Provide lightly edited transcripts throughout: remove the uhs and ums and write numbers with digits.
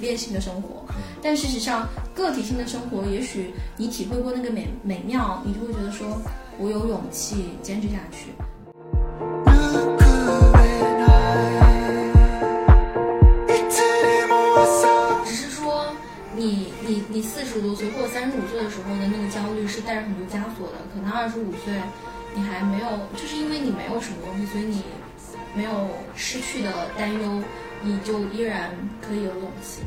变性的生活，但事实上个体性的生活，也许你体会过那个美妙，你就会觉得说我有勇气坚持下去。只是说你40多岁或者35岁的时候的那个焦虑是带着很多枷锁的，可能25岁你还没有，就是因为你没有什么东西，所以你没有失去的担忧，你就依然可以有勇气。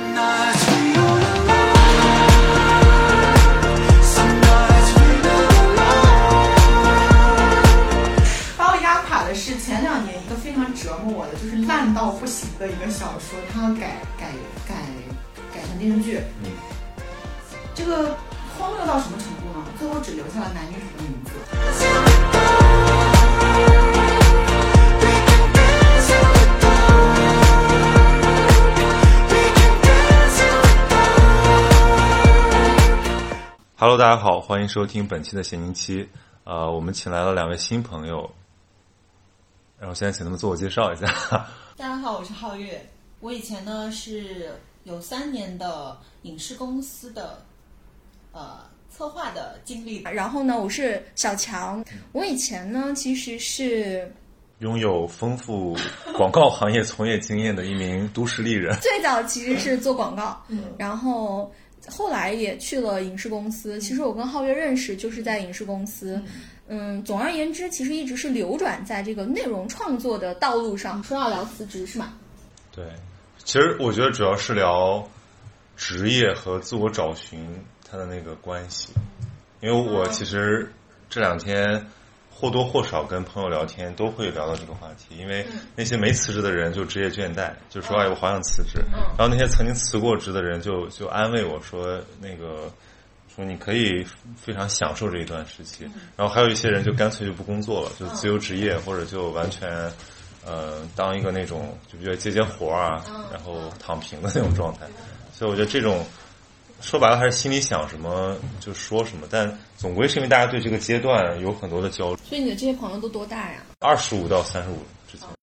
把我压垮的是前2年一个非常折磨我的，就是烂到不行的一个小说，它要改成电视剧。这个荒谬到什么程度呢？最后只留下了男女主的名字。 Hello， 大家好，欢迎收听本期的闲宁期。我们请来了2位新朋友，然后现在请他们自我介绍一下。 大家好，我是皓月。我以前呢是有3年的影视公司的策划的经历。 然后呢，我是小强。我以前呢其实是拥有丰富广告行业从业经验的一名都市丽人。 最早其实是做广告，然后后来也去了影视公司。其实我跟皓月认识就是在影视公司。总而言之，其实一直是流转在这个内容创作的道路上。说要聊辞职是吗？ 对，其实我觉得主要是聊职业和自我找寻它的那个关系。因为我其实这2天或多或少跟朋友聊天都会聊到这个话题，因为那些没辞职的人就职业倦怠，就说哎我好想辞职，然后那些曾经辞过职的人就安慰我说说你可以非常享受这一段时期，然后还有一些人就干脆就不工作了，就自由职业，或者就完全当一个那种就比较接活啊，然后躺平的那种状态。所以我觉得这种说白了还是心里想什么就说什么，但总归是因为大家对这个阶段有很多的焦虑。 所以你的这些朋友都多大呀 ？25到35之间。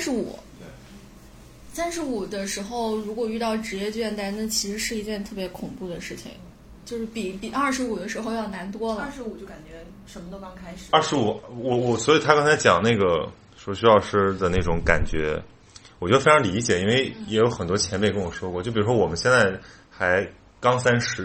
35的时候，如果遇到职业倦怠，那其实是一件特别恐怖的事情，就是比25的时候要难多了。 25就感觉什么都刚开始。 25，我所以他刚才讲那个说徐老师的那种感觉，我就非常理解，因为也有很多前辈跟我说过，就比如说我们现在还刚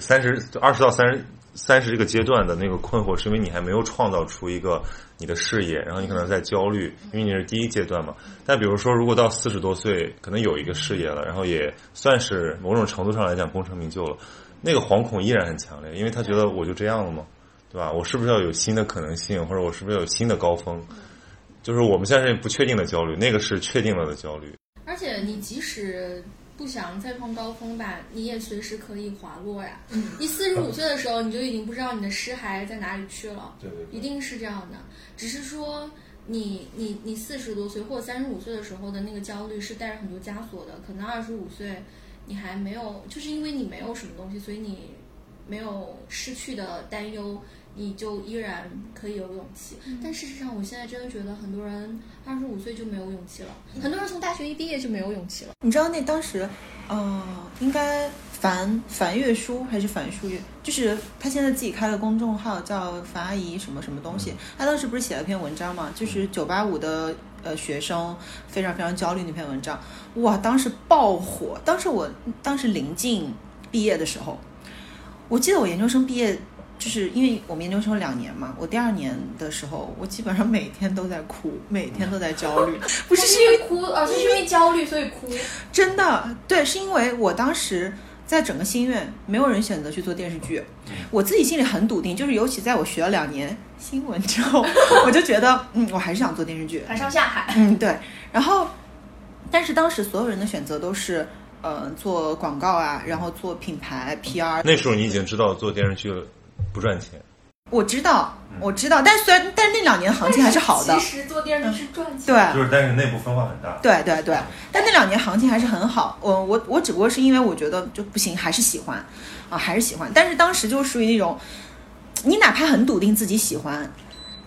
20到30这个阶段的那个困惑，是因为你还没有创造出一个你的事业，然后你可能在焦虑，因为你是第一阶段嘛。但比如说如果到40多岁可能有一个事业了，然后也算是某种程度上来讲功成名就了，那个惶恐依然很强烈，因为他觉得我就这样了吗？对吧？我是不是要有新的可能性，或者我是不是要有新的高峰？就是我们现在是不确定的焦虑，那个是确定了的焦虑。 而且你即使不想再创高峰吧，你也随时可以滑落呀。你45岁的时候，你就已经不知道你的尸骸在哪里去了。对，一定是这样的。只是说你40多岁或者35岁的时候的那个焦虑是带着很多枷锁的。可能25岁你还没有，就是因为你没有什么东西，所以你没有失去的担忧，你就依然可以有勇气。但事实上我现在真的觉得很多人25岁就没有勇气了，很多人从大学一毕业就没有勇气了。 你知道那当时应该樊月书还是樊书月，就是他现在自己开了公众号叫樊阿姨什么什么东西，他当时不是写了篇文章嘛，就是985的学生非常非常焦虑那篇文章，哇，当时爆火。当时临近毕业的时候，我记得我研究生毕业，就是因为我们研究生2年嘛，我第2年的时候，我基本上每天都在哭，每天都在焦虑。不是因为哭，是因为焦虑所以哭。 真的，对，是因为我当时在整个新院没有人选择去做电视剧，我自己心里很笃定，就是尤其在我学了2年新闻之后，我就觉得我还是想做电视剧， 海上下海。 对。然后，但是当时所有人的选择都是做广告啊，然后做品牌 PR。 那时候你已经知道做电视剧不赚钱。 我知道，但是那2年行情还是好的。 其实做电视剧是赚钱， 对， 就是但是内部分化很大。 对，但那2年行情还是很好。我只不过是因为我觉得就不行，还是喜欢，还是喜欢。但是当时就属于那种，你哪怕很笃定自己喜欢，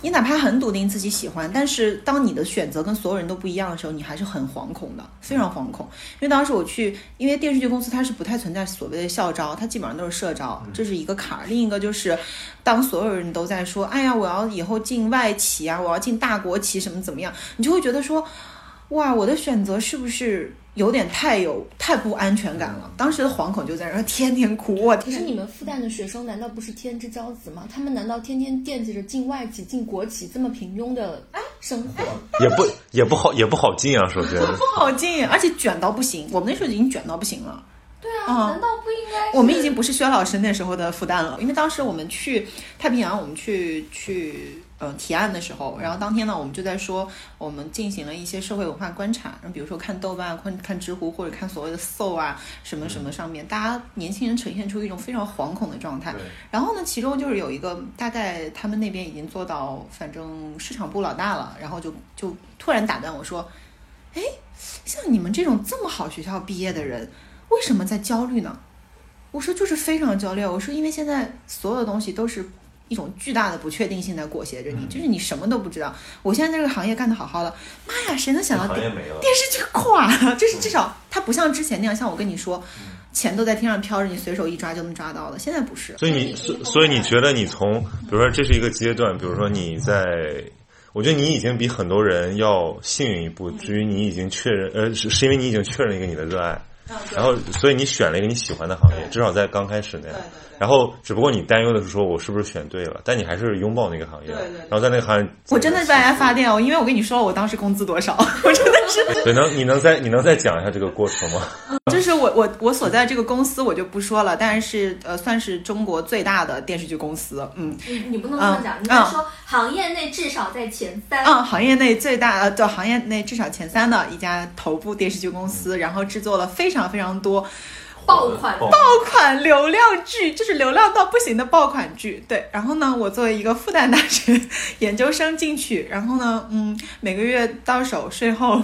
你哪怕很笃定自己喜欢，但是当你的选择跟所有人都不一样的时候，你还是很惶恐的，非常惶恐。因为当时我去，因为电视剧公司它是不太存在所谓的校招，它基本上都是社招，这是一个坎儿。另一个就是当所有人都在说哎呀我要以后进外企啊，我要进大国企什么怎么样，你就会觉得说哇我的选择是不是有点太不安全感了。当时的惶恐就在那天天哭。我可是你们复旦的学生难道不是天之骄子吗？他们难道天天惦记着进外企进国企这么平庸的生活？ 也不好进啊，首先不好进，而且卷到不行。我们那时候已经卷到不行了。 对啊，难道不应该？ 我们已经不是薛老师那时候的复旦了，因为当时我们去太平洋，我们去提案的时候，然后当天呢，我们就在说我们进行了一些社会文化观察，比如说看豆瓣、看知乎或者看所谓的搜啊什么什么上面，大家年轻人呈现出一种非常惶恐的状态。然后呢，其中就是有一个大概他们那边已经做到反正市场部老大了，然后就突然打断我说：“哎，像你们这种这么好学校毕业的人，为什么在焦虑呢？”我说就是非常焦虑。我说因为现在所有的东西都是一种巨大的不确定性在裹挟着你，就是你什么都不知道。我现在在这个行业干得好好的，妈呀，谁能想到电视剧垮了？就是至少它不像之前那样，像我跟你说，钱都在天上飘着，你随手一抓就能抓到的。现在不是。 所以你觉得你从，比如说这是一个阶段，比如说你在，我觉得你已经比很多人要幸运一步，至于你已经确认，是因为你已经确认一个你的热爱。然后所以你选了一个你喜欢的行业，至少在刚开始那样。然后只不过你担忧的是说我是不是选对了，但你还是拥抱那个行业。然后在那个行业， 我真的为大家发电哦，因为我跟你说我当时工资多少，我真的是。 对，你能再讲一下这个过程吗？ 就是我所在这个公司我就不说了，但是算是中国最大的电视剧公司。 你不能这么讲，你要说行业内至少在前3。 行业内最大行业内至少前3的一家头部电视剧公司，然后制作了非常非常多爆款流量剧，就是流量到不行的爆款剧。对，然后呢，我作为一个复旦大学研究生进去，然后呢，每个月到手税后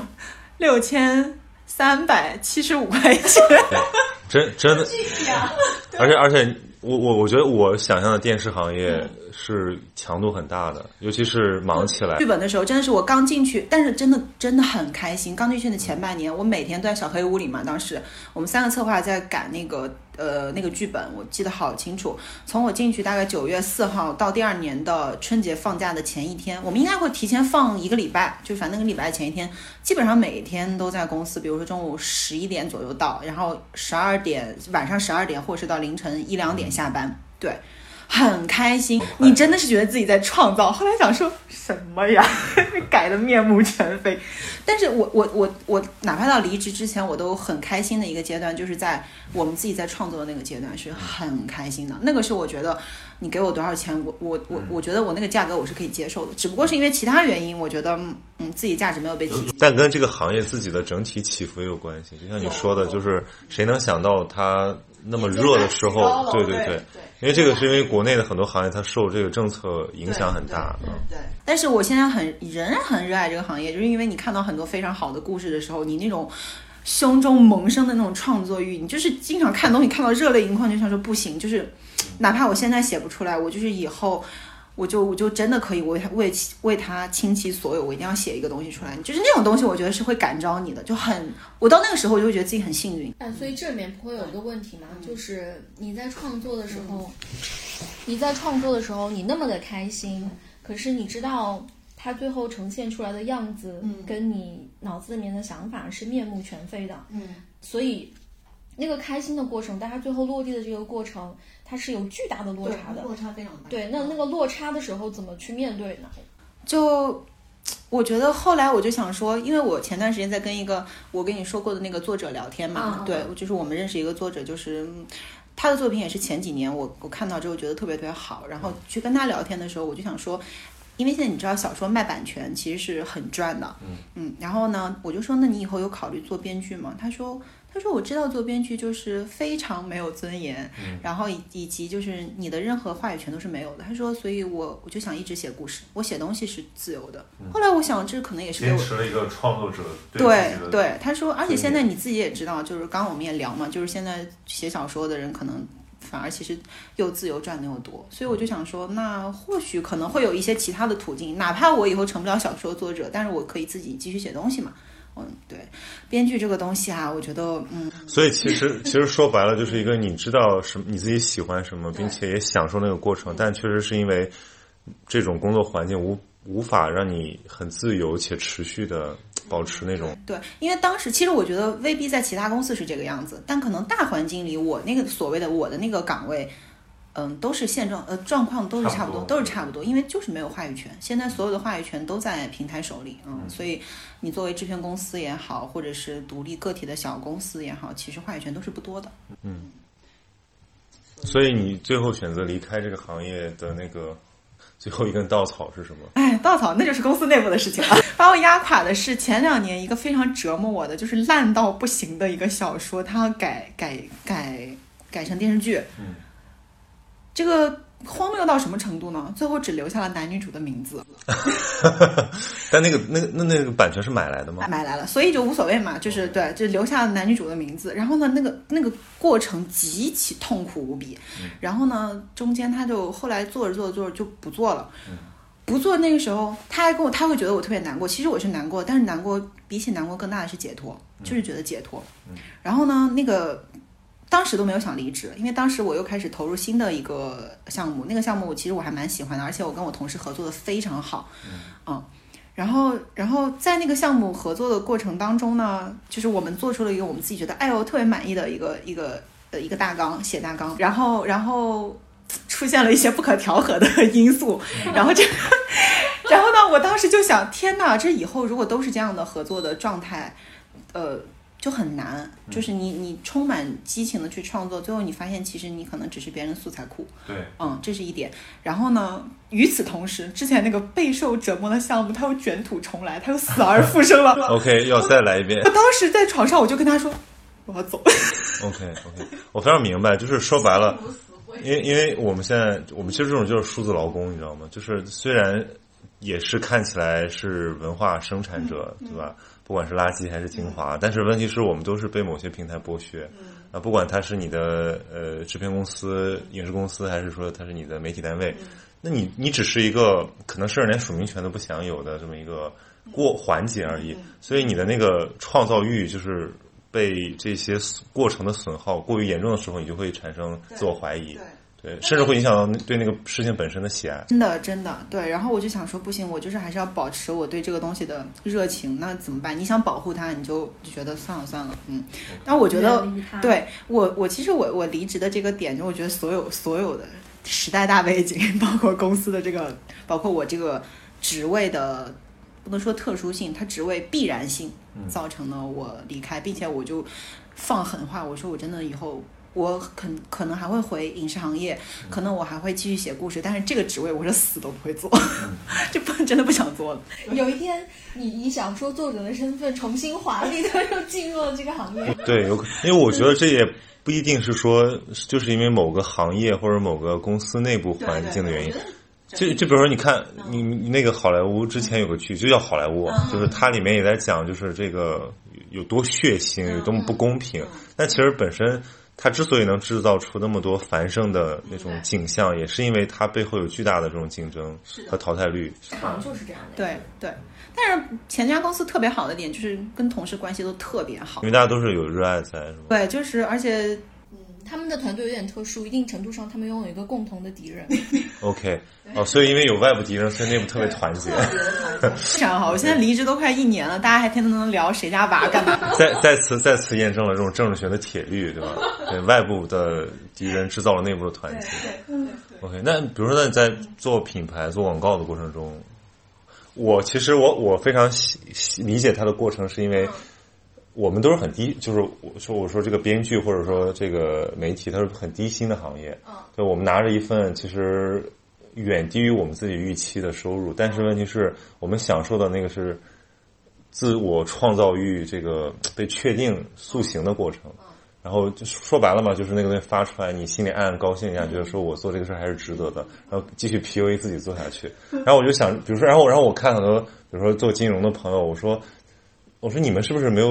6375块钱， 真的，而且我觉得我想象的电视行业是强度很大的，尤其是忙起来。 剧本的时候真的是我刚进去，但是真的很开心。刚进去的前半年，我每天都在小黑屋里嘛，当时我们3个策划在赶那个剧本，我记得好清楚。从我进去大概9月4号到第2年的春节放假的前一天，我们应该会提前放1个礼拜，就反正那个礼拜前一天，基本上每一天都在公司，比如说中午11点左右到，然后晚上12点或是到凌晨1、2点下班。对，很开心，你真的是觉得自己在创造。后来想说什么呀，改得面目全非。但是我哪怕到离职之前，我都很开心的一个阶段，就是在我们自己在创作的那个阶段是很开心的。那个是我觉得你给我多少钱，我觉得我那个价格我是可以接受的，只不过是因为其他原因，我觉得自己价值没有被体现。 但跟这个行业自己的整体起伏也有关系，就像你说的，就是谁能想到它那么热的时候，对，因为这个是因为国内的很多行业它受这个政策影响很大。 对，但是我现在仍然很热爱这个行业，就是因为你看到很多非常好的故事的时候，你那种胸中萌生的那种创作欲，你就是经常看东西看到热泪盈眶，就想说不行，就是哪怕我现在写不出来，我就是以后我就真的可以为他倾其所有，我一定要写一个东西出来，就是那种东西我觉得是会感召你的，我到那个时候我就会觉得自己很幸运。 所以这里面不会有一个问题吗？就是你在创作的时候，你那么的开心，可是你知道它最后呈现出来的样子跟你脑子里面的想法是面目全非的。所以那个开心的过程，但它最后落地的这个过程，它是有巨大的落差的， 落差非常大。 对，那个落差的时候怎么去面对呢？ 就我觉得后来我就想说，因为我前段时间在跟一个我跟你说过的那个作者聊天嘛，对，就是我们认识一个作者，就是他的作品也是前几年我看到之后觉得特别特别好，然后去跟他聊天的时候，我就想说，因为现在你知道小说卖版权其实是很赚的，然后呢，我就说那你以后有考虑做编剧吗？他说我知道做编剧就是非常没有尊严，然后以及就是你的任何话语权都是没有的。他说，所以我就想一直写故事，我写东西是自由的。后来我想，这可能也是坚持了一个创作者对。他说，而且现在你自己也知道，就是刚刚我们也聊嘛，就是现在写小说的人可能反而其实又自由赚的又多。所以我就想说，那或许可能会有一些其他的途径，哪怕我以后成不了小说作者，但是我可以自己继续写东西嘛。对，编剧这个东西啊，我觉得所以其实说白了就是一个你知道什么，你自己喜欢什么，并且也享受那个过程，但确实是因为这种工作环境无法让你很自由且持续的保持那种。 对，因为当时其实我觉得未必在其他公司是这个样子，但可能大环境里我那个所谓的我的那个岗位都是现状状况都是差不多，都是差不多，因为就是没有话语权。现在所有的话语权都在平台手里，所以你作为制片公司也好，或者是独立个体的小公司也好，其实话语权都是不多的。 所以你最后选择离开这个行业的那个最后一根稻草是什么？ 稻草那就是公司内部的事情了。把我压垮的是前2年一个非常折磨我的，就是烂到不行的一个小说，它要改成电视剧。这个荒谬到什么程度呢？最后只留下了男女主的名字。 但那个版权是买来的吗？ 买来了，所以就无所谓嘛，就是对，就留下了男女主的名字。然后呢，那个过程极其痛苦无比。然后呢，中间他就后来做着就不做了。不做那个时候，他会觉得我特别难过。其实我是难过，但是难过比起难过更大的是解脱，就是觉得解脱。然后呢，当时都没有想离职，因为当时我又开始投入新的一个项目，那个项目其实我还蛮喜欢的，而且我跟我同事合作的非常好。然后在那个项目合作的过程当中呢，就是我们做出了一个我们自己觉得特别满意的一个大纲，写大纲，然后出现了一些不可调和的因素，然后呢，我当时就想，天哪，这以后如果都是这样的合作的状态，就很难，就是你充满激情的去创作，最后你发现其实你可能只是别人的素材库。 对， 这是一点。然后呢，与此同时，之前那个备受折磨的项目，它又卷土重来，它又死而复生了。 OK， 要再来一遍。 我当时在床上，我就跟他说，我要走。 OK， 我非常明白，就是说白了，因为我们其实这种就是数字劳工，你知道吗？就是虽然也是看起来是文化生产者，对吧？不管是垃圾还是精华，但是问题是我们都是被某些平台剥削。不管它是你的制片公司、影视公司，还是说它是你的媒体单位，那你只是一个可能甚至连署名权都不享有的这么一个环节而已。所以你的那个创造欲就是被这些过程的损耗过于严重的时候，你就会产生自我怀疑。对，甚至会影响到对那个事情本身的喜爱。真的，对。然后我就想说，不行，我就是还是要保持我对这个东西的热情。那怎么办？你想保护它，你就觉得算了。但我觉得，对我其实我离职的这个点，就我觉得所有的时代大背景，包括公司的这个，包括我这个职位的，不能说特殊性，它职位必然性，造成了我离开，并且我就放狠话，我说我真的以后。我可能还会回影视行业，可能我还会继续写故事，但是这个职位我是死都不会做，真的不想做了。 有一天你以小说作者的身份重新华丽的又进入了这个行业。 对，因为我觉得这也不一定是说就是因为某个行业或者某个公司内部环境的原因。就比如说你看你那个好莱坞之前有个剧就叫好莱坞，就是它里面也在讲就是这个有多血腥，有多么不公平，但其实本身它之所以能制造出那么多繁盛的那种景象，也是因为它背后有巨大的这种竞争和淘汰率。 好像就是这样的。 对。但是前家公司特别好的点就是跟同事关系都特别好， 因为大家都是有热爱在，是吧？ 对，就是而且。 他们的团队有点特殊，一定程度上他们拥有一个共同的敌人。 OK， 所以因为有外部敌人，所以内部特别团结。 非常好，我现在离职都快1年了，大家还天天能聊谁家娃干嘛。 再次验证了这种政治学的铁律，对吧？对，外部的敌人制造了内部的团结。OK， 那比如说，那你在做品牌、做广告的过程中，其实我非常理解它的过程，是因为。我们都是很低，就是我说这个编剧或者说这个媒体，它是很低薪的行业。就我们拿着一份其实远低于我们自己预期的收入，但是问题是我们享受的那个是自我创造欲这个被确定塑形的过程。然后就说白了嘛，就是那个东西发出来，你心里暗暗高兴一下，觉得说我做这个事还是值得的，然后继续 PUA 自己做下去。然后我就想，比如说，然后我看很多，比如说做金融的朋友，我说你们是不是没有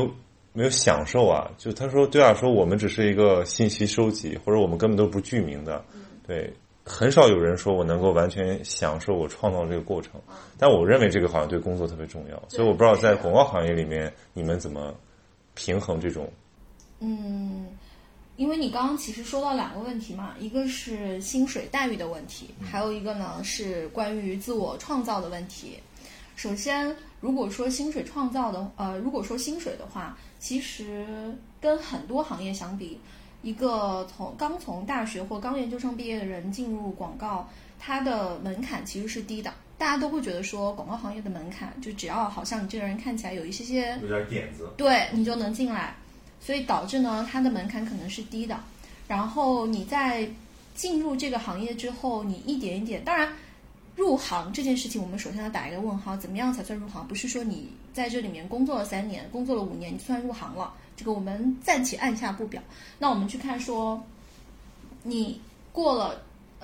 没有享受啊。就他说对啊，说我们只是一个信息收集，或者我们根本都不是具名的，对，很少有人说我能够完全享受我创造这个过程。但我认为这个好像对工作特别重要，所以我不知道在广告行业里面你们怎么平衡这种。 因为你刚刚其实说到2个问题嘛，一个是薪水待遇的问题，还有一个呢是关于自我创造的问题。首先，如果说薪水的话，其实跟很多行业相比，一个刚从大学或刚研究生毕业的人进入广告，他的门槛其实是低的。大家都会觉得说广告行业的门槛就只要好像你这个人看起来有一些有点点子， 对，你就能进来。所以导致呢，它的门槛可能是低的。然后你在进入这个行业之后，你一点一点，当然入行这件事情我们首先要打一个问号，怎么样才算入行？不是说你在这里面工作了3年，工作了5年，你算入行了，这个我们暂且按下不表。那我们去看说，你过了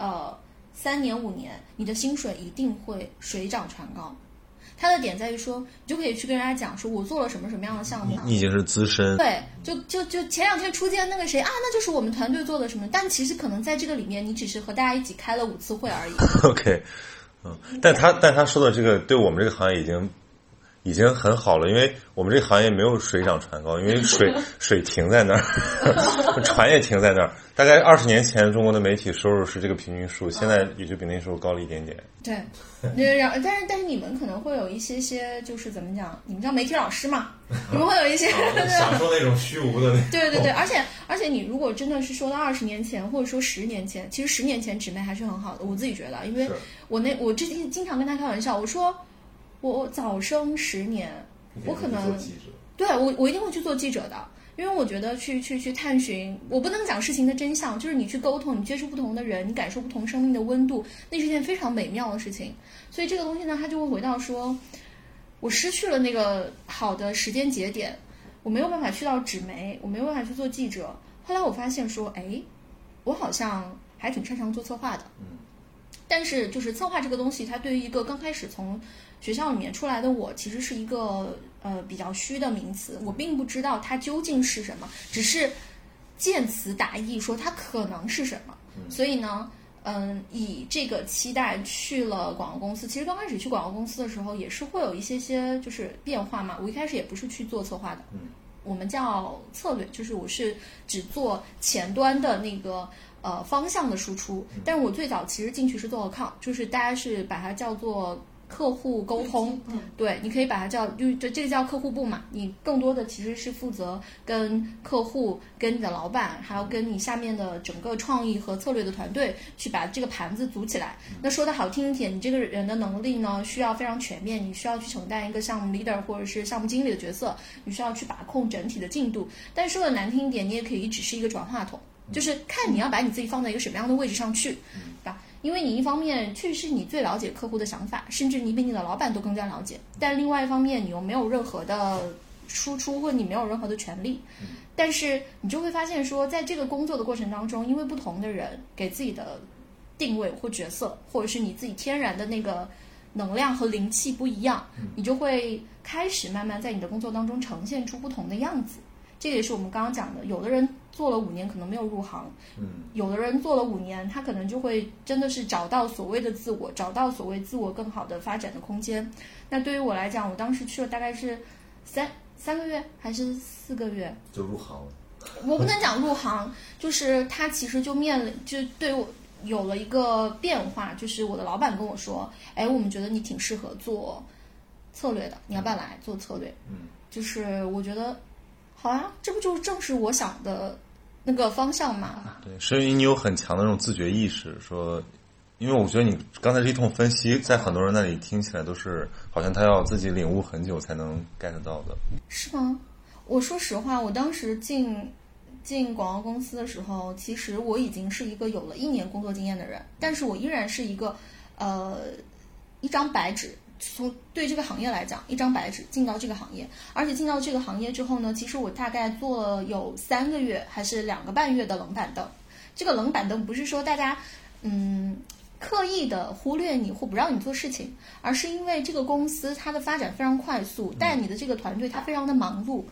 3年5年，你的薪水一定会水涨船高。它的点在于说，你就可以去跟人家讲说，我做了什么什么样的项目， 你已经是资深， 对，就前2天出现那个谁啊，那就是我们团队做的什么，但其实可能在这个里面，你只是和大家一起开了5次会而已。 OK， 但他说的这个对我们这个行业已经很好了，因为我们这个行业没有水涨船高，因为水停在那儿，船也停在那儿。大概20年前，中国的媒体收入是这个平均数，现在也就比那时候高了一点点。 对，但是你们可能会有一些就是怎么讲，你们叫媒体老师嘛，你们会有一些享受那种虚无的那种。 对，而且你如果真的是说到20年前，或者说10年前，其实10年前纸媒还是很好的，我自己觉得，因为我之前经常跟他开玩笑，我说我早生10年，我可能对我一定会去做记者的。因为我觉得去探寻，我不能讲事情的真相，就是你去沟通，你接触不同的人，你感受不同生命的温度，那是件非常美妙的事情。所以这个东西呢，它就会回到说，我失去了那个好的时间节点，我没有办法去到纸媒，我没有办法去做记者。后来我发现说，我好像还挺擅长做策划的。但是就是策划这个东西，它对于一个刚开始从学校里面出来的我，其实是一个比较虚的名词，我并不知道它究竟是什么，只是见词达意说它可能是什么。所以呢，以这个期待去了广告公司。其实刚开始去广告公司的时候，也是会有一些就是变化嘛。我一开始也不是去做策划的，我们叫策略，就是我是只做前端的那个方向的输出。但是我最早其实进去是做 account， 就是大家是把它叫做客户沟通，对，你可以把它叫这个叫客户部嘛。你更多的其实是负责跟客户、跟你的老板，还要跟你下面的整个创意和策略的团队去把这个盘子组起来。那说的好听一点，你这个人的能力呢需要非常全面，你需要去承担一个项目 leader 或者是项目经理的角色，你需要去把控整体的进度。但说的难听一点，你也可以只是一个转话筒，就是看你要把你自己放在一个什么样的位置上去，对吧？因为你一方面确实是你最了解客户的想法，甚至你比你的老板都更加了解，但另外一方面你又没有任何的输出，或者你没有任何的权利。但是你就会发现说，在这个工作的过程当中，因为不同的人给自己的定位或角色，或者是你自己天然的那个能量和灵气不一样，你就会开始慢慢在你的工作当中呈现出不同的样子。这个也是我们刚刚讲的，有的人做了5年可能没有入行，有的人做了5年，他可能就会真的是找到所谓的自我，找到所谓自我更好的发展的空间。那对于我来讲，我当时去了大概是三个月还是4个月就入行了。 我不能讲入行，就是他其实就对我有了一个变化，就是我的老板跟我说，我们觉得你挺适合做策略的，你要不要来做策略？就是我觉得好啊，这不就正是我想的那个方向嘛。 对，是因为你有很强的那种自觉意识，说，因为我觉得你刚才这一通分析，在很多人那里听起来都是好像他要自己领悟很久才能 get 到的。 是吗？我说实话，我当时进广告公司的时候，其实我已经是一个有了1年工作经验的人，但是我依然是一个一张白纸。对这个行业来讲，一张白纸进到这个行业，而且进到这个行业之后呢，其实我大概做了有3个月还是2个半月的冷板凳。这个冷板凳不是说大家刻意的忽略你或不让你做事情，而是因为这个公司它的发展非常快速，带你的这个团队它非常的忙碌，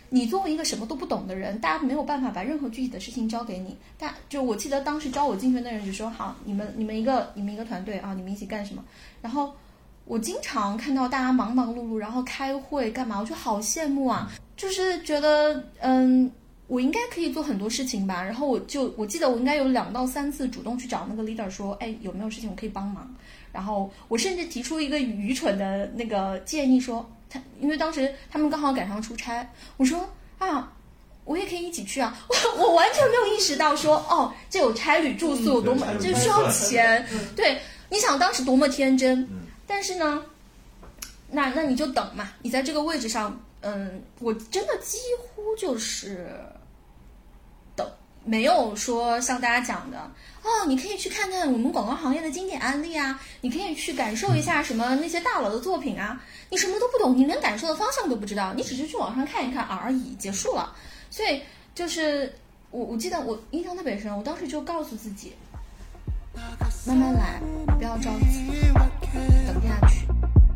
你作为一个什么都不懂的人，大家没有办法把任何具体的事情交给你。就我记得当时招我进去的人就说，好，你们一个团队啊，你们一起干什么？然后我经常看到大家忙忙碌碌，然后开会干嘛，我就好羡慕啊，就是觉得我应该可以做很多事情吧。然后我记得我应该有2到3次主动去找那个 leader 说，哎，有没有事情我可以帮忙？然后我甚至提出一个愚蠢的那个建议说，因为当时他们刚好赶上出差，我说啊，我也可以一起去啊。我完全没有意识到说，哦，这有差旅住宿有多么，这需要钱。对，你想当时多么天真。但是呢，那你就等嘛，你在这个位置上，我真的几乎就是等，没有说像大家讲的哦，你可以去看看我们广告行业的经典案例啊，你可以去感受一下什么那些大佬的作品啊，你什么都不懂，你连感受的方向都不知道，你只是去网上看一看而已，结束了。所以就是我记得我印象特别深，我当时就告诉自己，慢慢来，不要着急，等下去。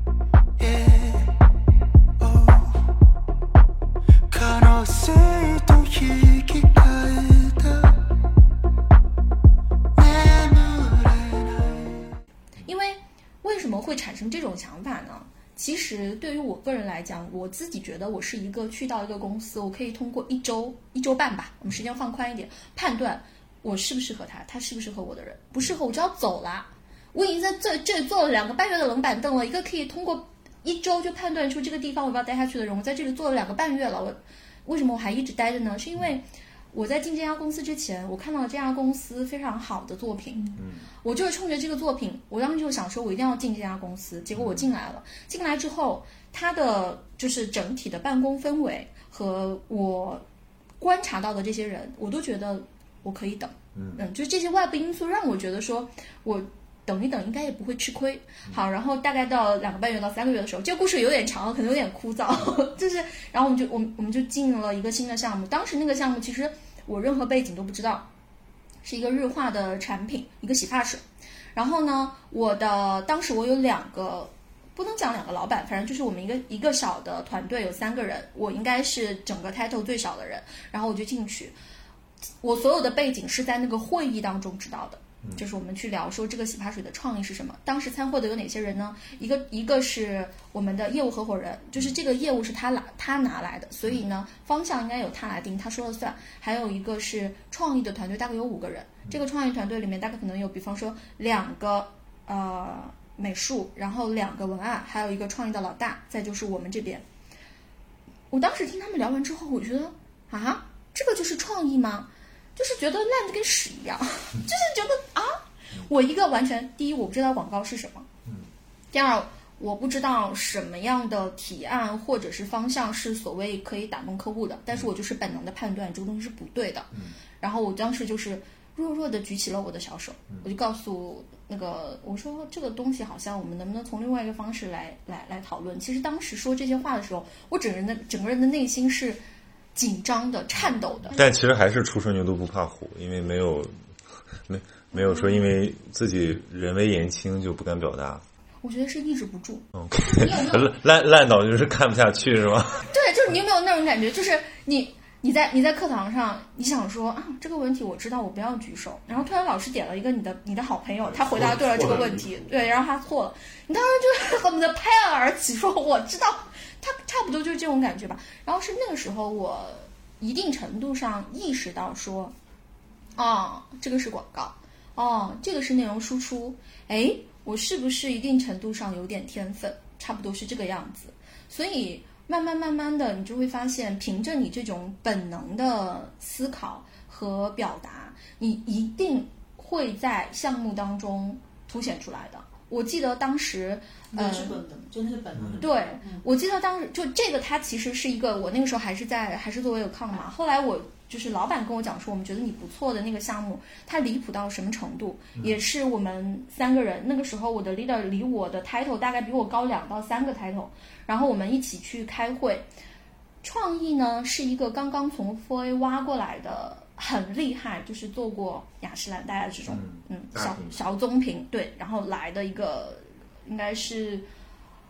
因为为什么会产生这种想法呢？其实对于我个人来讲，我自己觉得我是一个去到一个公司，我可以通过1周半吧，我们时间放宽一点，判断我适不适合他适不适合我的人，不适合我就要走了。我已经在这坐了2个半月的冷板凳了，一个可以通过1周就判断出这个地方我不要待下去的人，我在这里坐了2个半月了，为什么我还一直待着呢？是因为我在进这家公司之前，我看到了这家公司非常好的作品，我就是冲着这个作品，我当时就想说我一定要进这家公司，结果我进来了。进来之后，它的就是整体的办公氛围和我观察到的这些人，我都觉得我可以等，就是这些外部因素让我觉得说我等一等应该也不会吃亏。好，然后大概到2个半月到3个月的时候，这个故事有点长，可能有点枯燥，就是然后我们就进了一个新的项目。当时那个项目其实我任何背景都不知道，是一个日化的产品，一个洗发水。然后呢，当时我有2个，不能讲2个老板，反正就是我们一个小的团队有3个人，我应该是整个 title 最小的人。然后我就进去，我所有的背景是在那个会议当中知道的。就是我们去聊说这个洗发水的创意是什么。当时参会的有哪些人呢？一个是我们的业务合伙人，就是这个业务是他拿来的，所以呢方向应该由他来定，他说了算。还有一个是创意的团队，大概有5个人。这个创意团队里面大概可能有，比方说2个美术，然后2个文案，还有一个创意的老大，再就是我们这边。我当时听他们聊完之后，我觉得啊，这个就是创意吗？就是觉得烂的跟屎一样，就是觉得啊，我一个完全，第一我不知道广告是什么，第二我不知道什么样的提案或者是方向是所谓可以打动客户的，但是我就是本能的判断这个东西是不对的。然后我当时就是弱弱的举起了我的小手，我就告诉那个我说这个东西好像我们能不能从另外一个方式来讨论。其实当时说这些话的时候，我整个人的内心是紧张的、颤抖的。 但其实还是初生牛犊不怕虎，因为没有说因为自己人微言轻就不敢表达。 我觉得是抑制不住。 烂到就是看不下去是吗？ 对，就是你有没有那种感觉，就是你在课堂上，你想说啊这个问题我知道，我不要举手，然后突然老师点了一个你的好朋友，他回答对了这个问题，对，然后他错了，你当时就恨不得拍案而起说我知道，他差不多就是这种感觉吧。然后是那个时候我一定程度上意识到说，这个是广告，这个是内容输出，我是不是一定程度上有点天分，差不多是这个样子。所以慢慢的你就会发现，凭着你这种本能的思考和表达，你一定会在项目当中凸显出来的。我记得当时是本能，真的是本能。 对，我记得当时就这个，它其实是一个，我那个时候还是作为有抗嘛。后来我就是老板跟我讲说，我们觉得你不错的那个项目，它离谱到什么程度？也是我们3个人，那个时候我的 leader 离我的 title 大概比我高2到3个 title， 然后我们一起去开会。创意呢是一个刚刚从 4A 挖过来的。很厉害，就是做过雅诗兰黛的这种小棕瓶，对，然后来的一个应该是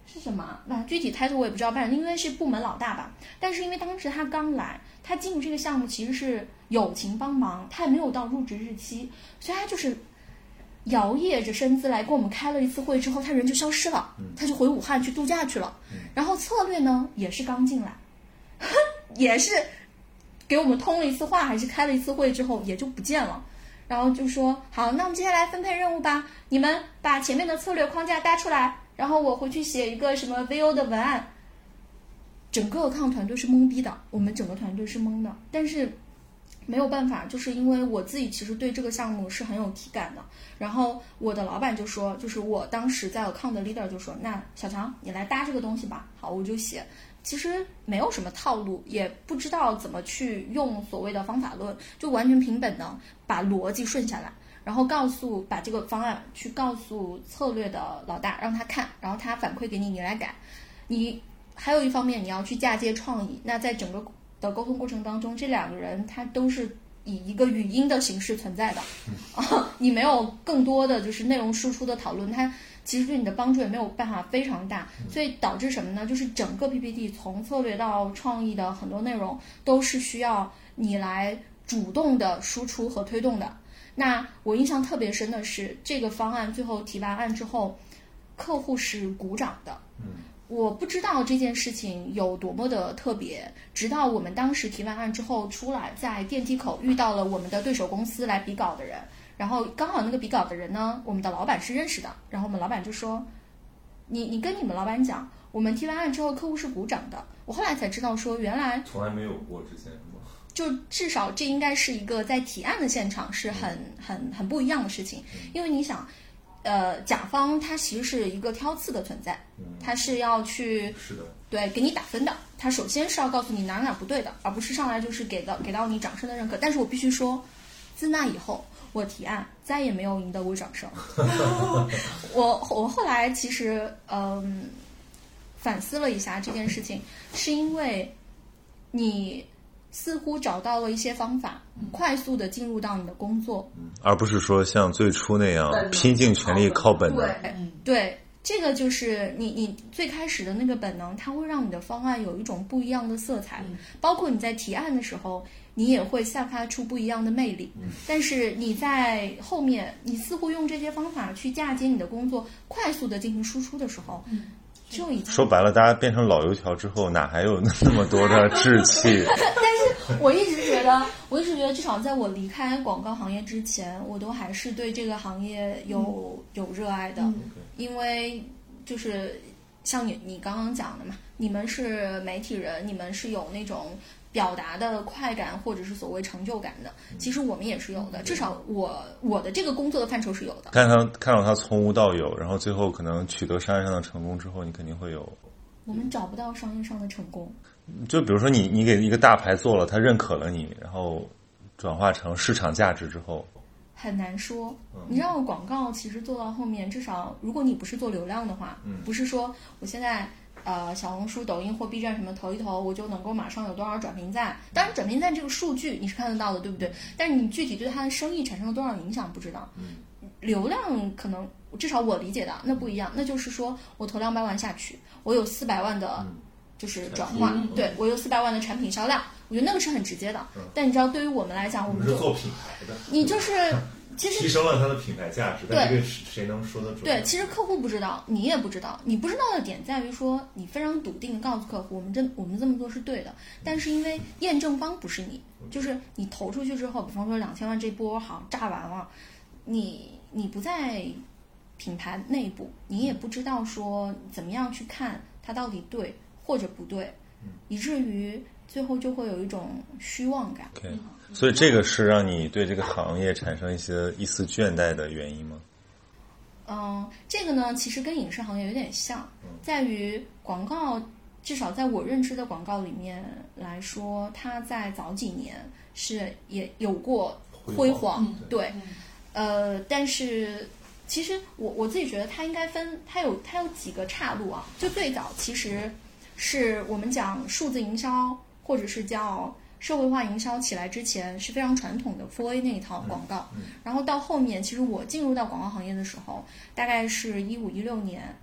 是什么？具体 title 我也不知道，反正因为是部门老大吧。但是因为当时他刚来，他进入这个项目其实是友情帮忙，他也没有到入职日期，所以他就是摇曳着身子来跟我们开了一次会之后，他人就消失了，他就回武汉去度假去了。然后策略呢也是刚进来，也是给我们通了一次话，还是开了一次会之后也就不见了。然后就说好，那我们接下来分配任务吧，你们把前面的策略框架搭出来，然后我回去写一个什么 VO 的文案。整个抗团队是懵逼的，我们整个团队是懵的，但是没有办法，就是因为我自己其实对这个项目是很有体感的。然后我的老板就说，就是我当时在抗的 leader 就说，那小强你来搭这个东西吧。好，我就写，其实没有什么套路，也不知道怎么去用所谓的方法论，就完全凭本能把逻辑顺下来，然后把这个方案去告诉策略的老大，让他看，然后他反馈给你，你来改。你还有一方面你要去嫁接创意，那在整个的沟通过程当中，这两个人他都是以一个语音的形式存在的，你没有更多的就是内容输出的讨论，它其实对你的帮助也没有办法非常大，所以导致什么呢？就是整个 PPT 从策略到创意的很多内容都是需要你来主动的输出和推动的。那我印象特别深的是，这个方案最后提完案之后，客户是鼓掌的。我不知道这件事情有多么的特别，直到我们当时提完案之后出来，在电梯口遇到了我们的对手公司来比稿的人，然后刚好那个比稿的人呢，我们的老板是认识的，然后我们老板就说，你跟你们老板讲，我们提完案之后客户是鼓掌的。我后来才知道说，原来从来没有过之前， 就至少这应该是一个在提案的现场是很不一样的事情，因为你想。甲方他其实是一个挑刺的存在，他是要去对给你打分的，他首先是要告诉你哪不对的，而不是上来就是给到你掌声的认可。但是我必须说，自那以后我提案再也没有赢得过掌声。我后来其实反思了一下这件事情，是因为你似乎找到了一些方法，快速的进入到你的工作， 而不是说像最初那样拼尽全力靠本能。 对，这个就是你最开始的那个本能，它会让你的方案有一种不一样的色彩，包括你在提案的时候，你也会散发出不一样的魅力。但是你在后面，你似乎用这些方法去嫁接你的工作，快速的进行输出的时候，就已经说白了，大家变成老油条之后，哪还有那么多的志气？ 但是我一直觉得，至少在我离开广告行业之前，我都还是对这个行业有热爱的，因为就是像你刚刚讲的嘛，你们是媒体人，你们是有那种表达的快感或者是所谓成就感的，其实我们也是有的，至少我的这个工作的范畴是有的。 看到他从无到有，然后最后可能取得商业上的成功之后，你肯定会有。 我们找不到商业上的成功， 就比如说你给一个大牌做了，他认可了你，然后转化成市场价值之后， 很难说。你知道广告其实做到后面，至少如果你不是做流量的话，不是说我现在小红书、抖音或 B 站什么投一投，我就能够马上有多少转评赞。当然转评赞这个数据你是看得到的，对不对？但是你具体对它的生意产生了多少影响不知道。流量可能至少我理解的那不一样，那就是说我投200万下去，我有400万的就是转化，对，我有400万的产品销量，我觉得那个是很直接的。但你知道对于我们来讲，我们是做品牌的， 你就是其实提升了它的品牌价值，但这个谁能说得准？ 对，其实客户不知道，你也不知道，你不知道的点在于说，你非常笃定的告诉客户，我们这么做是对的，但是因为验证方不是你，就是你投出去之后，比方说2000万这波好炸完了，你不在品牌内部，你也不知道说怎么样去看它到底对或者不对，以至于最后就会有一种虚妄感。 Okay. 所以这个是让你对这个行业产生一丝倦怠的原因吗？ 这个呢，其实跟影视行业有点像，在于广告，至少在我认知的广告里面来说，它在早几年是也有过辉煌，对，但是其实我自己觉得它应该分，它有几个岔路啊。就最早其实是我们讲数字营销，或者是叫社会化营销起来之前是非常传统的 4A 那一套广告，然后到后面其实我进入到广告行业的时候，大概是15、16年，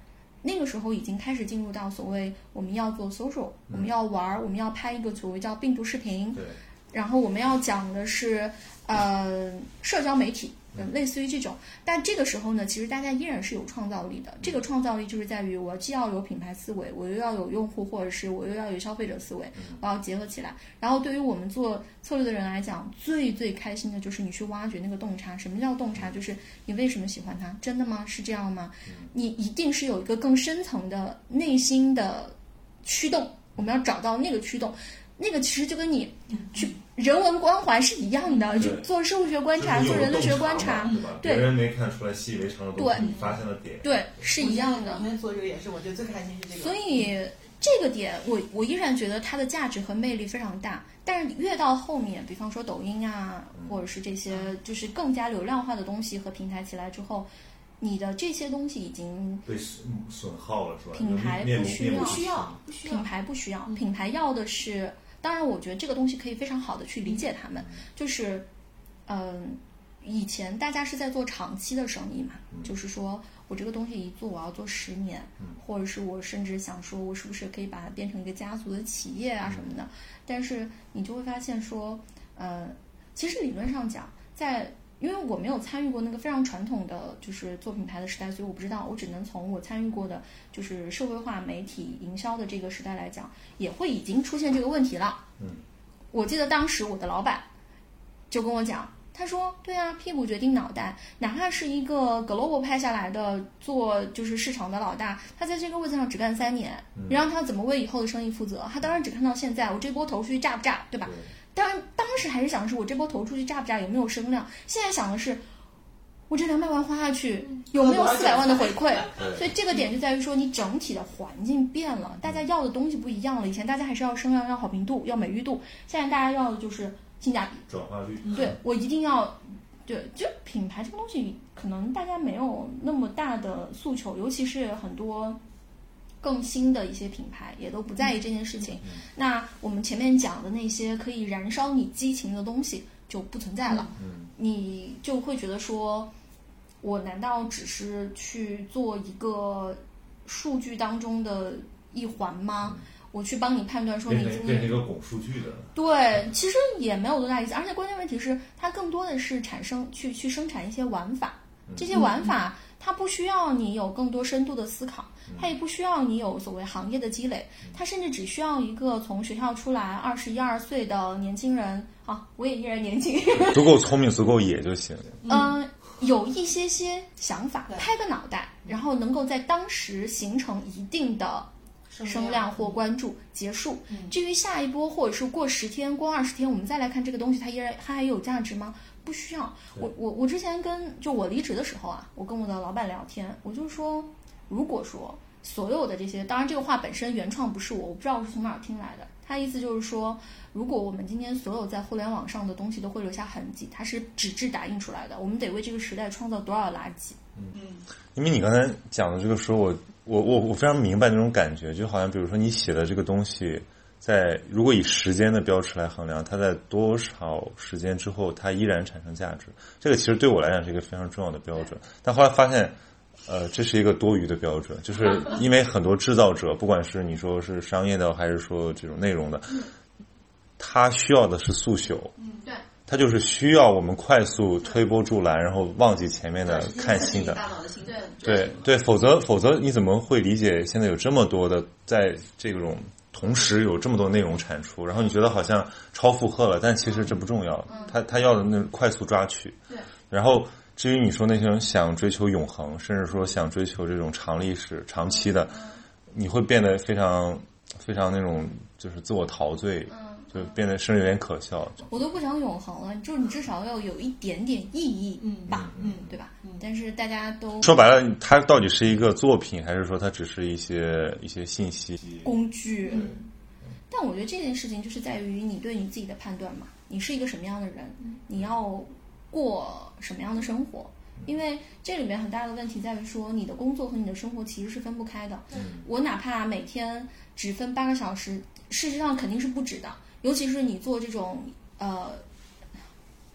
那个时候已经开始进入到所谓我们要做 social，我们要玩，我们要拍一个所谓叫病毒视频，然后我们要讲的是社交媒体。类似于这种，但这个时候呢，其实大家依然是有创造力的。这个创造力就是在于我既要有品牌思维，我又要有用户，或者是我又要有消费者思维，我要结合起来。然后对于我们做策略的人来讲，最最开心的就是你去挖掘那个洞察。什么叫洞察？就是你为什么喜欢它？真的吗？是这样吗？你一定是有一个更深层的内心的驱动，我们要找到那个驱动。那个其实就跟你去人文关怀是一样的，就做生物学观察，做人类学观察，对， 别人没看出来习以为常的东西，你发现了点， 对，是一样的。 今天做这个也是，我觉得最开心是这个。 所以这个点，我依然觉得它的价值和魅力非常大。但是越到后面，比方说抖音啊，或者是这些就是更加流量化的东西和平台起来之后，你的这些东西已经被损耗了，是吧？ 品牌不需要， 品牌不需要，品牌要的是。当然，我觉得这个东西可以非常好的去理解他们，就是，以前大家是在做长期的生意嘛，就是说我这个东西一做我要做10年，或者是我甚至想说我是不是可以把它变成一个家族的企业啊什么的。但是你就会发现说，其实理论上讲，因为我没有参与过那个非常传统的就是做品牌的时代，所以我不知道，我只能从我参与过的就是社会化媒体营销的这个时代来讲，也会已经出现这个问题了。我记得当时我的老板就跟我讲，他说对啊，屁股决定脑袋，哪怕是一个 global 派下来的做就是市场的老大，他在这个位子上只干3年，你让他怎么为以后的生意负责？他当然只看到现在，我这波投出去炸不炸，对吧？当然当时还是想的是我这波投出去炸不炸，有没有声量，现在想的是我这200万花下去有没有400万的回馈。所以这个点就在于说你整体的环境变了，大家要的东西不一样了。以前大家还是要声量，要好评度，要美誉度，现在大家要的就是性价比、 转化率。 对，我一定要，对，就品牌这个东西可能大家没有那么大的诉求，尤其是很多更新的一些品牌也都不在意这件事情。那我们前面讲的那些可以燃烧你激情的东西就不存在了。你就会觉得说，我难道只是去做一个数据当中的一环吗？我去帮你判断说你变成一个拱数据的。 对，其实也没有多大意思。而且关键问题是，它更多的是产生去生产一些玩法，这些玩法它不需要你有更多深度的思考，它也不需要你有所谓行业的积累，它甚至只需要一个从学校出来21、22岁的年轻人啊，我也依然年轻， 足够聪明，足够野就行。 有一些想法，拍个脑袋，然后能够在当时形成一定的声量或关注，结束。至于下一波或者是过10天、过20天，我们再来看这个东西，它还有价值吗？不需要。我之前就我离职的时候啊，我跟我的老板聊天，我就说，如果说所有的这些，当然这个话本身原创不是我不知道我是从哪儿听来的。他意思就是说，如果我们今天所有在互联网上的东西都会留下痕迹，它是纸质打印出来的，我们得为这个时代创造多少垃圾？ 因为你刚才讲的这个时候，我非常明白那种感觉，就好像比如说你写的这个东西，如果以时间的标尺来衡量，它在多少时间之后它依然产生价值，这个其实对我来讲是一个非常重要的标准。但后来发现这是一个多余的标准，就是因为很多制造者，不管是你说是商业的还是说这种内容的，他需要的是速朽。 对， 他就是需要我们快速推波助澜，然后忘记前面的，看新的。对，否则你怎么会理解现在有这么多的在这种同时有这么多内容产出，然后你觉得好像超负荷了，但其实这不重要。他要的那种快速抓取。 对， 然后至于你说那些想追求永恒，甚至说想追求这种长历史、长期的，你会变得非常非常那种就是自我陶醉，就变得甚至有点可笑。 我都不想永恒了，就是你至少要有一点点意义吧，对吧？但是大家都说白了，它到底是一个作品，还是说它只是一些信息工具？但我觉得这件事情就是在于你对你自己的判断嘛，你是一个什么样的人，你要过什么样的生活。因为这里面很大的问题在于说，你的工作和你的生活其实是分不开的。我哪怕每天只分8个小时，事实上肯定是不止的。尤其是你做这种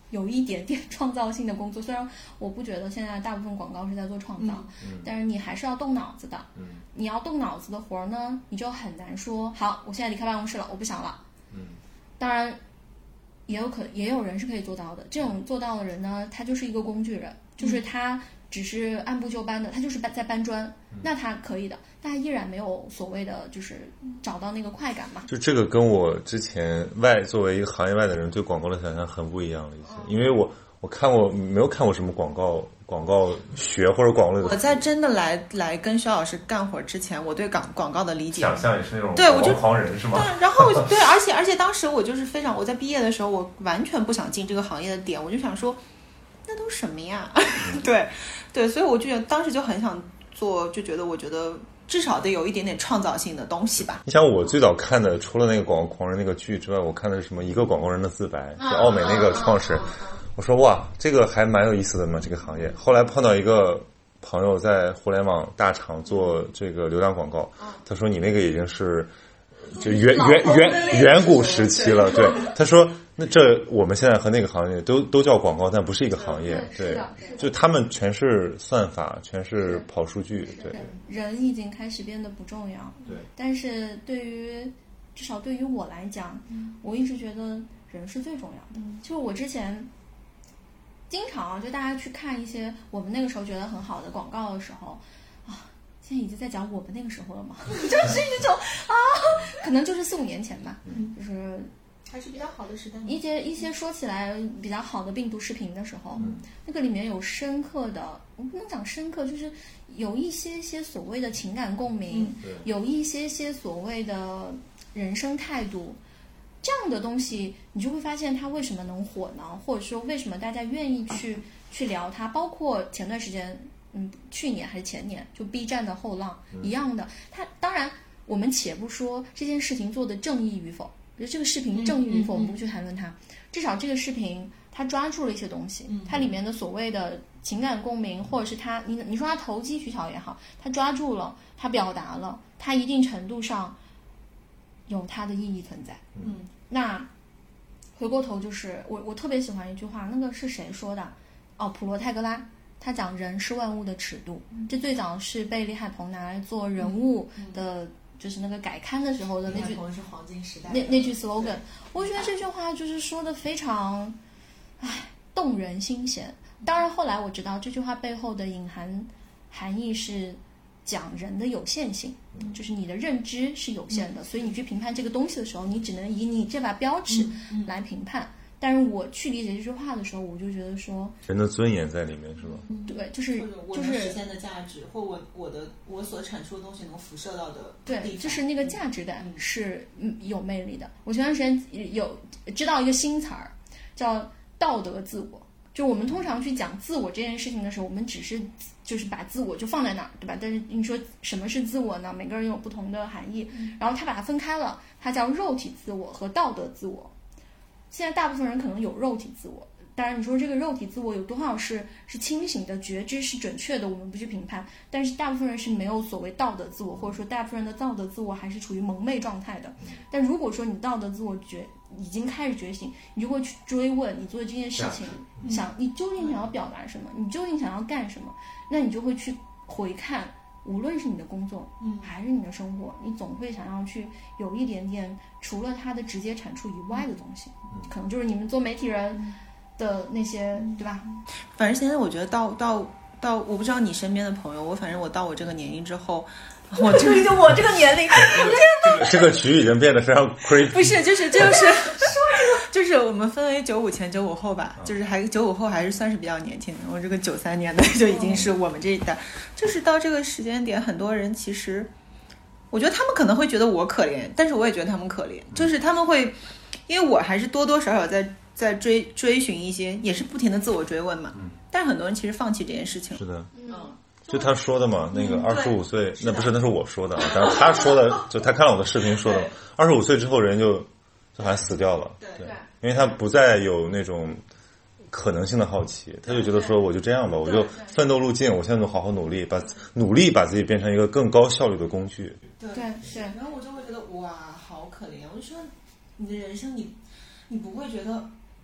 有一点点创造性的工作。虽然我不觉得现在大部分广告是在做创造，但是你还是要动脑子的。你要动脑子的活呢，你就很难说好，我现在离开办公室了，我不想了。当然也有人是可以做到的。这种做到的人呢，他就是一个工具人，就是他只是按部就班的，他就是在搬砖，那他可以的，但他依然没有所谓的就是找到那个快感嘛。 就这个跟我之前作为一个行业外的人对广告的想象很不一样了，已经。因为我没有看过什么广告学或者广告类的。 我在真的来跟肖老师干活之前，我对广告的理解， 想象也是那种广告狂人是吗？ 对，然后对，而且当时我就是我在毕业的时候，我完全不想进这个行业的点，我就想说，那都什么呀？对，所以我就当时就很想做，我觉得至少得有一点点创造性的东西吧。 你想我最早看的，除了那个广告狂人那个剧之外，我看的是什么？一个广告人的自白，是奥美那个创始人。我说哇，这个还蛮有意思的嘛，这个行业。后来碰到一个朋友在互联网大厂做这个流量广告，他说你那个已经是就远古时期了。对，他说那这我们现在和那个行业都叫广告，但不是一个行业。对，就他们全是算法，全是跑数据。对， 人已经开始变得不重要。 对， 但是至少对于我来讲，我一直觉得人是最重要的。就我之前经常就大家去看一些我们那个时候觉得很好的广告的时候啊，现在已经在讲我们那个时候了嘛，就是一种可能就是4-5年前吧，就是还是比较好的时代。 一些说起来比较好的病毒视频的时候，那个里面有深刻的，我不能讲深刻，就是有一些所谓的情感共鸣，有一些所谓的人生态度。这样的东西你就会发现它为什么能火呢，或者说为什么大家愿意去聊它。包括前段时间去年还是前年就 B 站的后浪一样的，它当然我们且不说这件事情做的正义与否，这个视频正义与否我们不去谈论它，至少这个视频它抓住了一些东西，它里面的所谓的情感共鸣，或者是它你说它投机取巧也好，它抓住了，它表达了，它一定程度上有它的意义存在。那回过头就是我特别喜欢一句话，那个是谁说的？普罗泰戈拉，他讲人是万物的尺度。这最早是被李海鹏拿来做人物的，就是那个改刊的时候的那句， 是黄金时代那句 slogan。我觉得这句话就是说的非常动人心弦。当然后来我知道这句话背后的隐含义是讲人的有限性，就是你的认知是有限的，所以你去评判这个东西的时候，你只能以你这把标尺来评判。但是我去理解这句话的时候，我就觉得说， 人的尊严在里面是吧？ 对，就是我能实现的价值，或我所产出的东西能辐射到的地方， 对，就是那个价值感是有魅力的。我前段时间知道一个新词儿，叫道德自我。就我们通常去讲自我这件事情的时候，我们只是就是把自我就放在那儿，对吧？但是你说什么是自我呢？每个人有不同的含义，然后他把它分开了，它叫肉体自我和道德自我。现在大部分人可能有肉体自我，当然你说这个肉体自我有多少是清醒的，觉知是准确的，我们不去评判，但是大部分人是没有所谓道德自我，或者说大部分人的道德自我还是处于蒙昧状态的。但如果说你道德自我已经开始觉醒，你就会去追问你做这件事情你究竟想要表达什么，你究竟想要干什么，那你就会去回看，无论是你的工作还是你的生活，你总会想要去有一点点除了它的直接产出以外的东西，可能就是你们做媒体人的那些，对吧？ 反正现在我觉得到我不知道你身边的朋友，反正我到我这个年龄之后，我这个年龄， 这个局已经变得非常 crazy。 不是，就是我们分为95前95后吧，就是95后还是算是比较年轻的，我这个93年的就已经是我们这一代。就是到这个时间点，很多人其实，我觉得他们可能会觉得我可怜，但是我也觉得他们可怜，就是他们会，因为我还是多多少少在追寻一些，也是不停的自我追问嘛。但是很多人其实放弃这件事情。 是的。就他说的嘛，那个25岁，那是我说的啊，但是他说的，就他看了我的视频说的，25岁之后人就好像死掉了，对，因为他不再有那种可能性的好奇，他就觉得说我就这样吧，我就奋斗路径，我现在就好好努力把自己变成一个更高效率的工具。 对，然后我就会觉得哇，好可怜。我就说你的人生你不会觉得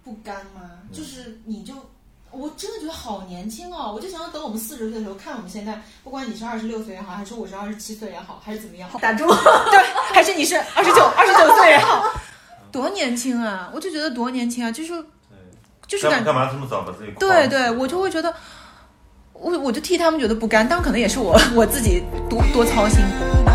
不甘吗？就是我真的觉得好年轻哦！我就想等我们40岁的时候看我们现在，不管你是26岁也好，还是我是27岁也好，还是怎么样， 打住， 对，还是你是29岁也好，多年轻啊！我就觉得多年轻啊，就是干嘛这么早把自己对，我就会觉得，我就替他们觉得不甘，但可能也是我自己多操心。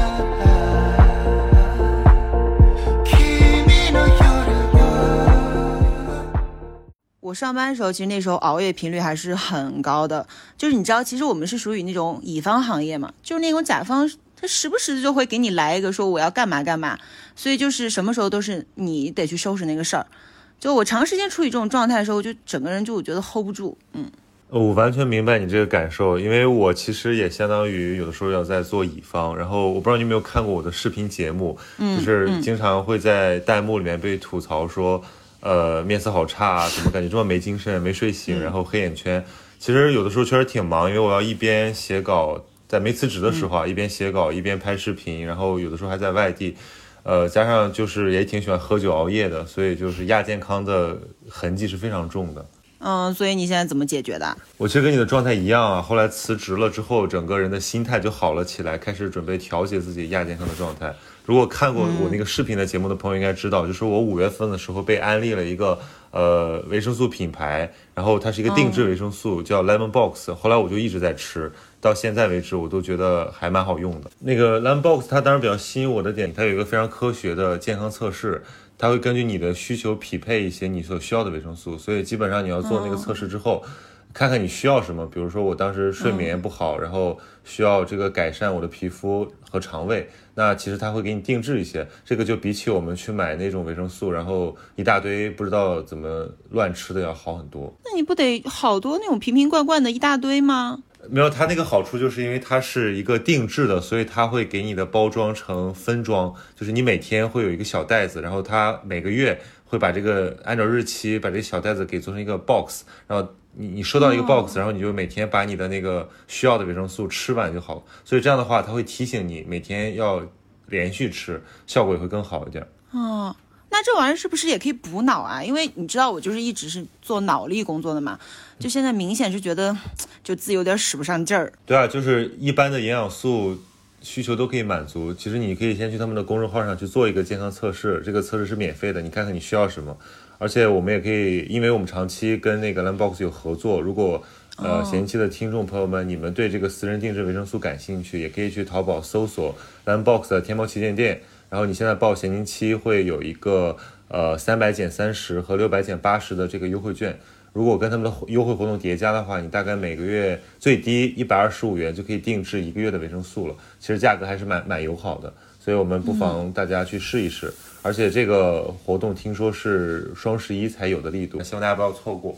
我上班的时候，其实那时候熬夜频率还是很高的。就是你知道，其实我们是属于那种乙方行业嘛，就是那种甲方他时不时就会给你来一个说我要干嘛干嘛，所以就是什么时候都是你得去收拾那个事儿。就我长时间处于这种状态的时候，我就整个人就我觉得 hold 不住。 我完全明白你这个感受，因为我其实也相当于有的时候要在做乙方，然后我不知道你有没有看过我的视频节目，就是经常会在弹幕里面被吐槽说面色好差啊，怎么感觉这么没精神，没睡醒，然后黑眼圈。其实有的时候确实挺忙，因为我要一边写稿，在没辞职的时候啊，一边写稿一边拍视频，然后有的时候还在外地，加上就是也挺喜欢喝酒熬夜的，所以就是亚健康的痕迹是非常重的。 所以你现在怎么解决的？ 我其实跟你的状态一样啊，后来辞职了之后，整个人的心态就好了起来，开始准备调节自己亚健康的状态。如果看过我那个视频的节目的朋友应该知道，就是我5月份的时候被安利了一个维生素品牌，然后它是一个定制维生素，叫 Lemon Box， 后来我就一直在吃，到现在为止我都觉得还蛮好用的。那个 Lemon Box 它当然比较吸引我的点，它有一个非常科学的健康测试，它会根据你的需求匹配一些你所需要的维生素，所以基本上你要做那个测试之后，看看你需要什么。比如说我当时睡眠不好，然后需要这个改善我的皮肤和肠胃，那其实它会给你定制一些，这个就比起我们去买那种维生素然后一大堆不知道怎么乱吃的要好很多。 那你不得好多那种瓶瓶罐罐的一大堆吗？ 没有，它那个好处就是因为它是一个定制的，所以它会给你的包装成分装，就是你每天会有一个小袋子，然后它每个月会把这个按照日期把这个小袋子给做成一个 box， 然后你收到一个 box， 然后你就每天把你的那个需要的维生素吃完就好，所以这样的话它会提醒你每天要连续吃，效果也会更好一点。 那这玩意儿是不是也可以补脑啊？因为你知道我就是一直是做脑力工作的嘛，就现在明显是觉得就自己有点使不上劲儿。 对啊，就是一般的营养素需求都可以满足。其实你可以先去他们的公众号上去做一个健康测试，这个测试是免费的，你看看你需要什么。而且我们也可以，因为我们长期跟那个 Lembox 有合作，如果闲期的听众朋友们，你们对这个私人定制维生素感兴趣，也可以去淘宝搜索 Lembox 的天猫旗舰店，然后你现在报闲宁期会有一个300减30和600减80的这个优惠券。如果跟他们的优惠活动叠加的话，你大概每个月最低125元就可以定制1个月的维生素了，其实价格还是蛮友好的，所以我们不妨大家去试一试。而且这个活动听说是双11才有的力度，希望大家不要错过。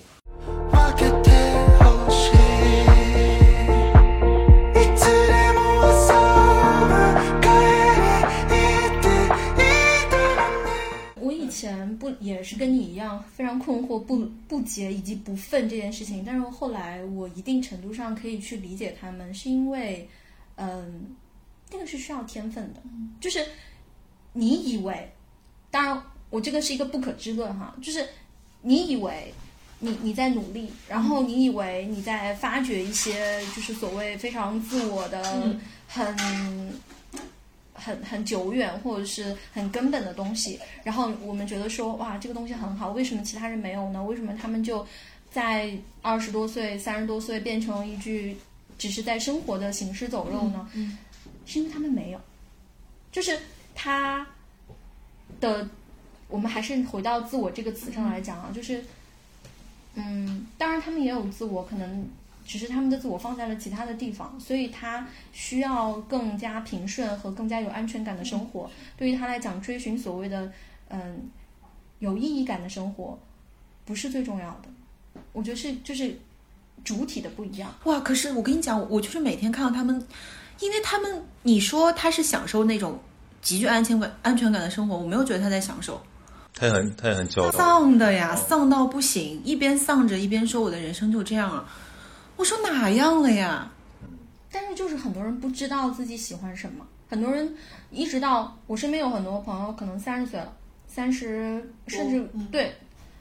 也是跟你一样非常困惑不解以及不忿这件事情，但是后来我一定程度上可以去理解他们，是因为那个是需要天分的，就是你以为，当然我这个是一个不可知论哈，就是你以为你在努力，然后你以为你在发掘一些就是所谓非常自我的很久远或者是很根本的东西，然后我们觉得说哇这个东西很好，为什么其他人没有呢？为什么他们就在20多岁30多岁变成一具只是在生活的行尸走肉呢？是因为他们没有，就是他的，我们还是回到自我这个词上来讲啊，就是当然他们也有自我，可能只是他们的自我放在了其他的地方，所以他需要更加平顺和更加有安全感的生活。对于他来讲，追寻所谓的有意义感的生活不是最重要的，我觉得是就是主体的不一样。 哇，可是我跟你讲，我就是每天看到他们，因为他们你说他是享受那种极具安全感的生活，我没有觉得他在享受。 他也很骄傲， 丧的呀，丧到不行，一边丧着一边说我的人生就这样啊。我说哪样了呀？ 但是就是很多人不知道自己喜欢什么，很多人一直到我身边有很多朋友可能30岁了，30甚至对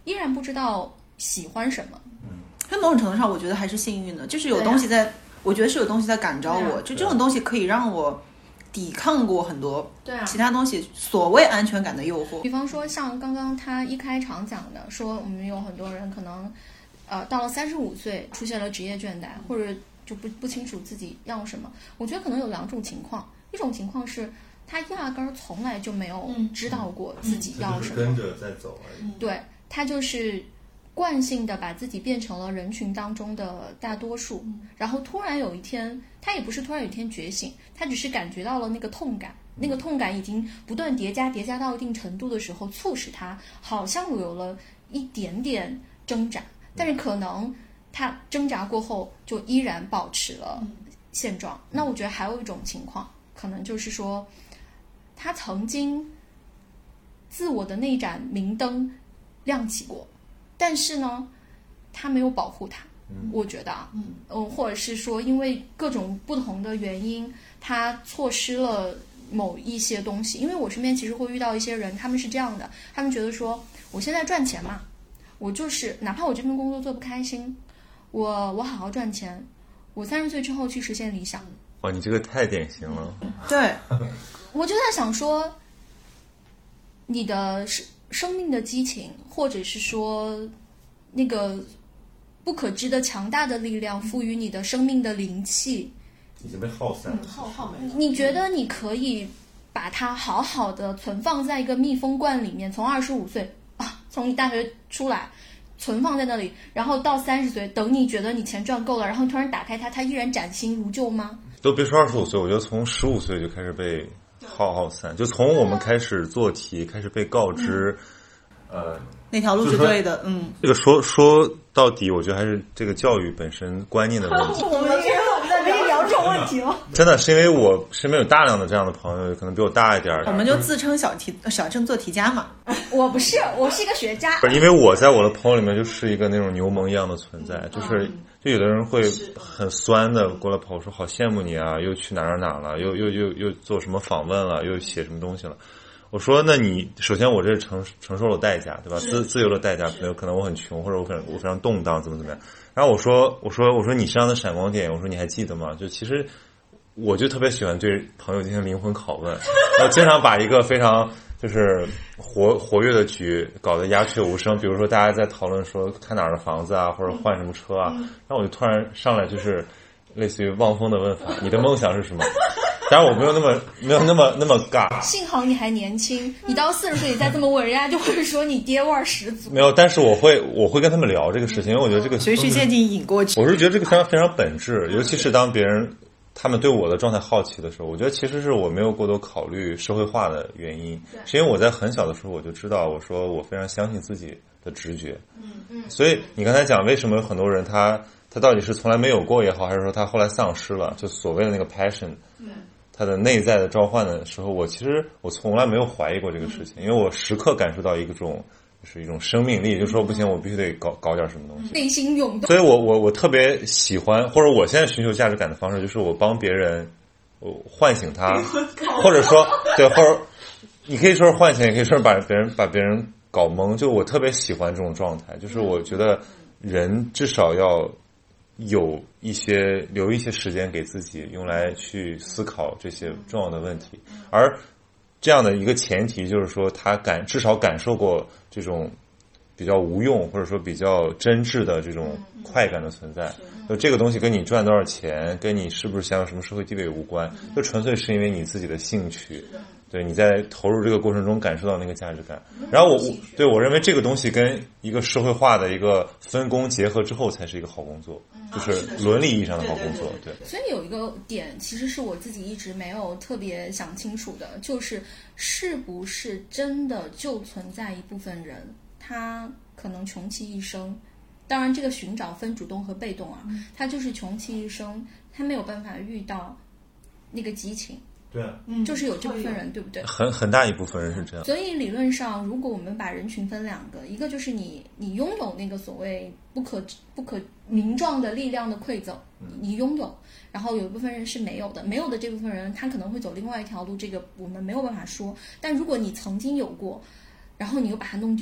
依然不知道喜欢什么。 在某种程度上我觉得还是幸运的，就是有东西在，我觉得是有东西在感召我，就这种东西可以让我抵抗过很多其他东西所谓安全感的诱惑。 比方说像刚刚他一开场讲的，说我们有很多人可能到了35岁出现了职业倦怠，或者就不清楚自己要什么。我觉得可能有2种情况，一种情况是他压根儿从来就没有知道过自己要什么， 跟着在走而已。 对，他就是惯性的把自己变成了人群当中的大多数，然后突然有一天，他也不是突然有一天觉醒，他只是感觉到了那个痛感，那个痛感已经不断叠加到一定程度的时候，促使他好像有了一点点挣扎，但是可能他挣扎过后就依然保持了现状。那我觉得还有一种情况，可能就是说他曾经自我的那盏明灯亮起过，但是呢他没有保护它，我觉得或者是说因为各种不同的原因他错失了某一些东西。因为我身边其实会遇到一些人，他们是这样的，他们觉得说我现在赚钱嘛，我就是哪怕我这份工作做不开心，我好好赚钱，我30岁之后去实现理想。 哇，你这个太典型了。 对， 我就在想说，你的生命的激情，或者是说那个不可知的强大的力量赋予你的生命的灵气已经被耗散了， 耗没了。 你觉得你可以把它好好的存放在一个密封罐里面，从25岁从你大学出来存放在那里，然后到30岁，等你觉得你钱赚够了，然后突然打开它，它依然崭新如旧吗？ 都别说25岁，我觉得从15岁就开始被耗散，就从我们开始做题，开始被告知那条路是对的。 这个说到底，我觉得还是这个教育本身观念的问题。 我们在聊这种问题了。 真的是因为我身边有大量的这样的朋友，可能比我大一点。 我们就自称小镇做题家嘛。 我不是，我是一个学渣。 因为我在我的朋友里面就是一个那种牛虻一样的存在，就有的人会很酸的过来跑说好羡慕你啊，又去哪了，又做什么访问了，又写什么东西了。我说那你首先我这承受了代价，对吧？自由的代价，可能我很穷，或者我非常动荡，怎么样。然后我说你身上的闪光点，我说你还记得吗？就其实我就特别喜欢对朋友进行灵魂拷问，然后经常把一个非常就是活跃的局搞得鸦雀无声。比如说大家在讨论说看哪儿的房子啊，或者换什么车啊，然后我就突然上来就是类似于望风的问法，你的梦想是什么？当然我没有那么尬。 幸好你还年轻，你到40岁你再这么问，人家就会说你爹味儿十足。 没有，但是我会跟他们聊这个事情，因为我觉得这个随时渐进引过去。 我是觉得这个非常非常本质，尤其是当别人他们对我的状态好奇的时候，我觉得其实是我没有过多考虑社会化的原因，是因为我在很小的时候我就知道，我说我非常相信自己的直觉。所以你刚才讲为什么有很多人他到底是从来没有过也好，还是说他后来丧失了，就所谓的那个 passion。他的内在的召唤的时候，我从来没有怀疑过这个事情，因为我时刻感受到就是一种生命力，就说不行，我必须得搞点什么东西， 内心涌动。 所以我特别喜欢，或者我现在寻求价值感的方式，就是我帮别人，我唤醒他，或者说对，或者你可以说是唤醒，也可以说是把别人搞懵。就我特别喜欢这种状态，就是我觉得人至少要留一些时间给自己，用来去思考这些重要的问题。而这样的一个前提就是说，他至少感受过这种比较无用或者说比较真挚的这种快感的存在。就这个东西跟你赚多少钱，跟你是不是享有什么社会地位无关，就纯粹是因为你自己的兴趣。对，你在投入这个过程中感受到那个价值感，然后我认为这个东西跟一个社会化的一个分工结合之后，才是一个好工作，就是伦理意义上的好工作。对， 所以有一个点，其实是我自己一直没有特别想清楚的，就是是不是真的就存在一部分人，他可能穷其一生，当然这个寻找分主动和被动啊，他就是穷其一生，他没有办法遇到那个激情。 对啊， 就是有这部分人，对不对？ 很大一部分人是这样。 所以理论上，如果我们把人群分两个，一个就是你拥有那个所谓不可名状的力量的馈赠，你拥有，然后有一部分人是没有的，没有的这部分人他可能会走另外一条路，这个我们没有办法说。但如果你曾经有过，然后你又把它弄丢了，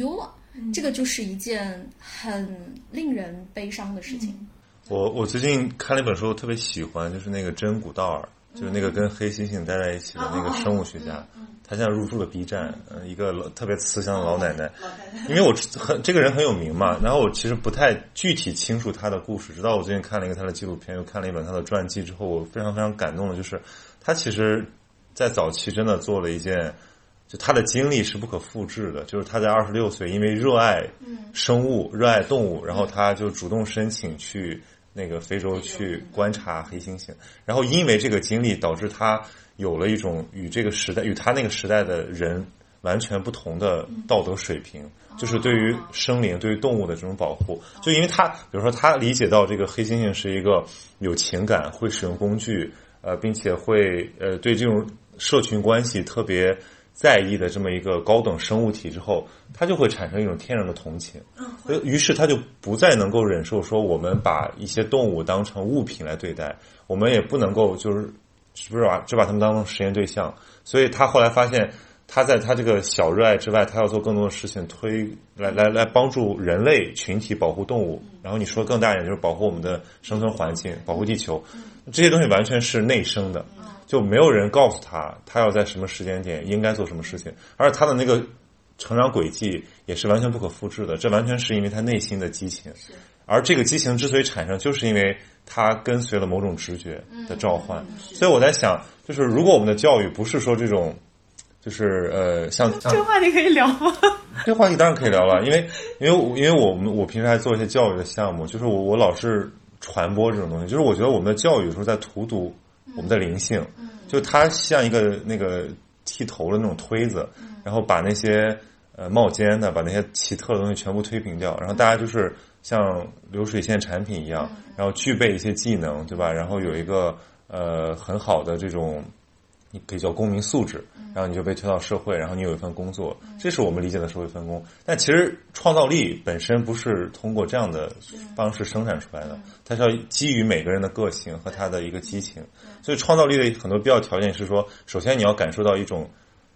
这个就是一件很令人悲伤的事情。 我最近看了一本书，我特别喜欢，就是那个真古道尔，就是那个跟黑猩猩待在一起的那个生物学家。他现在入驻了 B 站，一个特别慈祥的老奶奶。因为这个人很有名嘛，然后我其实不太具体清楚他的故事，直到我最近看了一个他的纪录片，又看了一本他的传记之后，我非常非常感动的就是他其实在早期真的做了一件，就他的经历是不可复制的，就是他在26岁因为热爱生物、热爱动物，然后他就主动申请去那个非洲去观察黑猩猩，然后因为这个经历导致他有了一种与他那个时代的人完全不同的道德水平，就是对于生灵、对于动物的这种保护。就因为他，比如说他理解到这个黑猩猩是一个有情感、会使用工具，并且会对这种社群关系特别在意的这么一个高等生物体之后，他就会产生一种天然的同情。于是他就不再能够忍受说我们把一些动物当成物品来对待，我们也不能够是不是就把他们当成实验对象。所以他后来发现，他在他这个小热爱之外，他要做更多的事情，来帮助人类群体保护动物。然后你说更大一点，就是保护我们的生存环境，保护地球。这些东西完全是内生的，就没有人告诉他要在什么时间点应该做什么事情，而他的那个成长轨迹也是完全不可复制的。这完全是因为他内心的激情，而这个激情之所以产生，就是因为他跟随了某种直觉的召唤。所以我在想，就是如果我们的教育不是说这种，就是像这个话题可以聊吗？ 这个话题当然可以聊了，因为我平时还做一些教育的项目，就是我老是传播这种东西，就是我觉得我们的教育有时候在荼毒我们的灵性，就它像一个那个剃头的那种推子，然后把那些冒尖的，把那些奇特的东西全部推平掉，然后大家就是像流水线产品一样，然后具备一些技能，对吧？然后有一个很好的这种你可以叫公民素质，然后你就被推到社会，然后你有一份工作，这是我们理解的社会分工。但其实创造力本身不是通过这样的方式生产出来的，它是要基于每个人的个性和他的一个激情。所以创造力的很多必要条件是说，首先你要感受到一种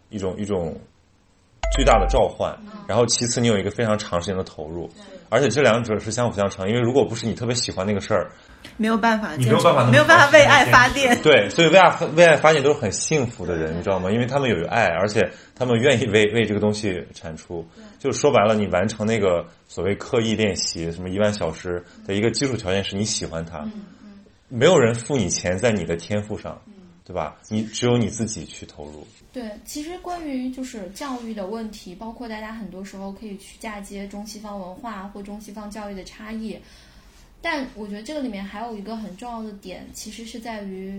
巨大的召唤，然后其次你有一个非常长时间的投入，而且这两者是相辅相成。因为如果不是你特别喜欢那个事儿， 没有办法为爱发电。 对，所以为爱发电都是很幸福的人，你知道吗？因为他们有爱，而且他们愿意为这个东西产出。就是说白了，你完成那个所谓刻意练习什么1万小时的一个基础条件是你喜欢它，没有人付你钱在你的天赋上，对吧？你只有你自己去投入。 对，其实关于就是教育的问题，包括大家很多时候可以去嫁接中西方文化或中西方教育的差异，但我觉得这个里面还有一个很重要的点，其实是在于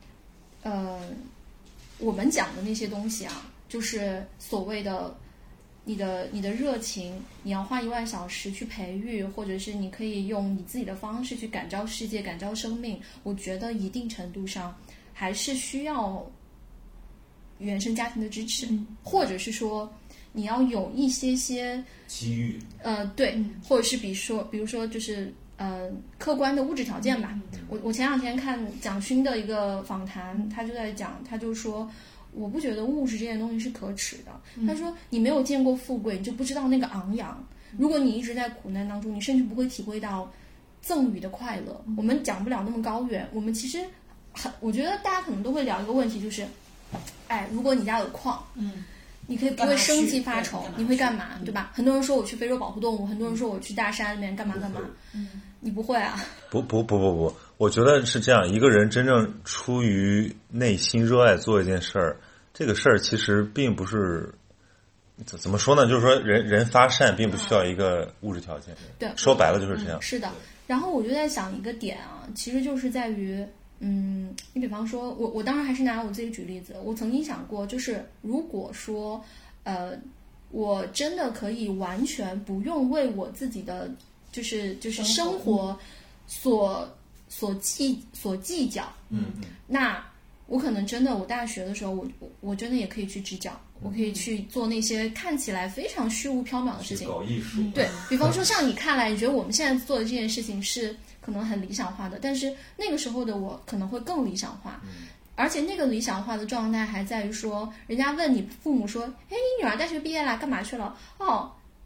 我们讲的那些东西啊，就是所谓的你的热情，你要花1万小时去培育，或者是你可以用你自己的方式去感召世界、感召生命，我觉得一定程度上还是需要原生家庭的支持，或者是说你要有一些机遇， 对，或者是比如说就是客观的物质条件吧。我前两天看蒋勋的一个访谈，他就在讲，他就说我不觉得物质这件东西是可耻的。他说你没有见过富贵，你就不知道那个昂扬。如果你一直在苦难当中，你甚至不会体会到赠予的快乐。我们讲不了那么高远，我们其实我觉得大家可能都会聊一个问题，就是如果你家有矿，你可以不会生计发愁，你会干嘛，对吧？很多人说我去非洲保护动物，很多人说我去大山里面干嘛，你不会啊？ 不，我觉得是这样，一个人真正出于内心热爱做一件事儿，这个事儿其实并不是怎么说呢？就是说人发善并不需要一个物质条件， 对， 说白了就是这样。 是的。然后我就在想一个点啊，其实就是在于你比方说我当然还是拿我自己举例子，我曾经想过，就是如果说我真的可以完全不用为我自己的就是生活所计较，那我可能真的我大学的时候我真的也可以去支教，我可以去做那些看起来非常虚无缥缈的事情， 搞艺术。 对，比方说像你看来你觉得我们现在做的这件事情是可能很理想化的，但是那个时候的我可能会更理想化，而且那个理想化的状态还在于说，人家问你父母说，你女儿大学毕业了，干嘛去了？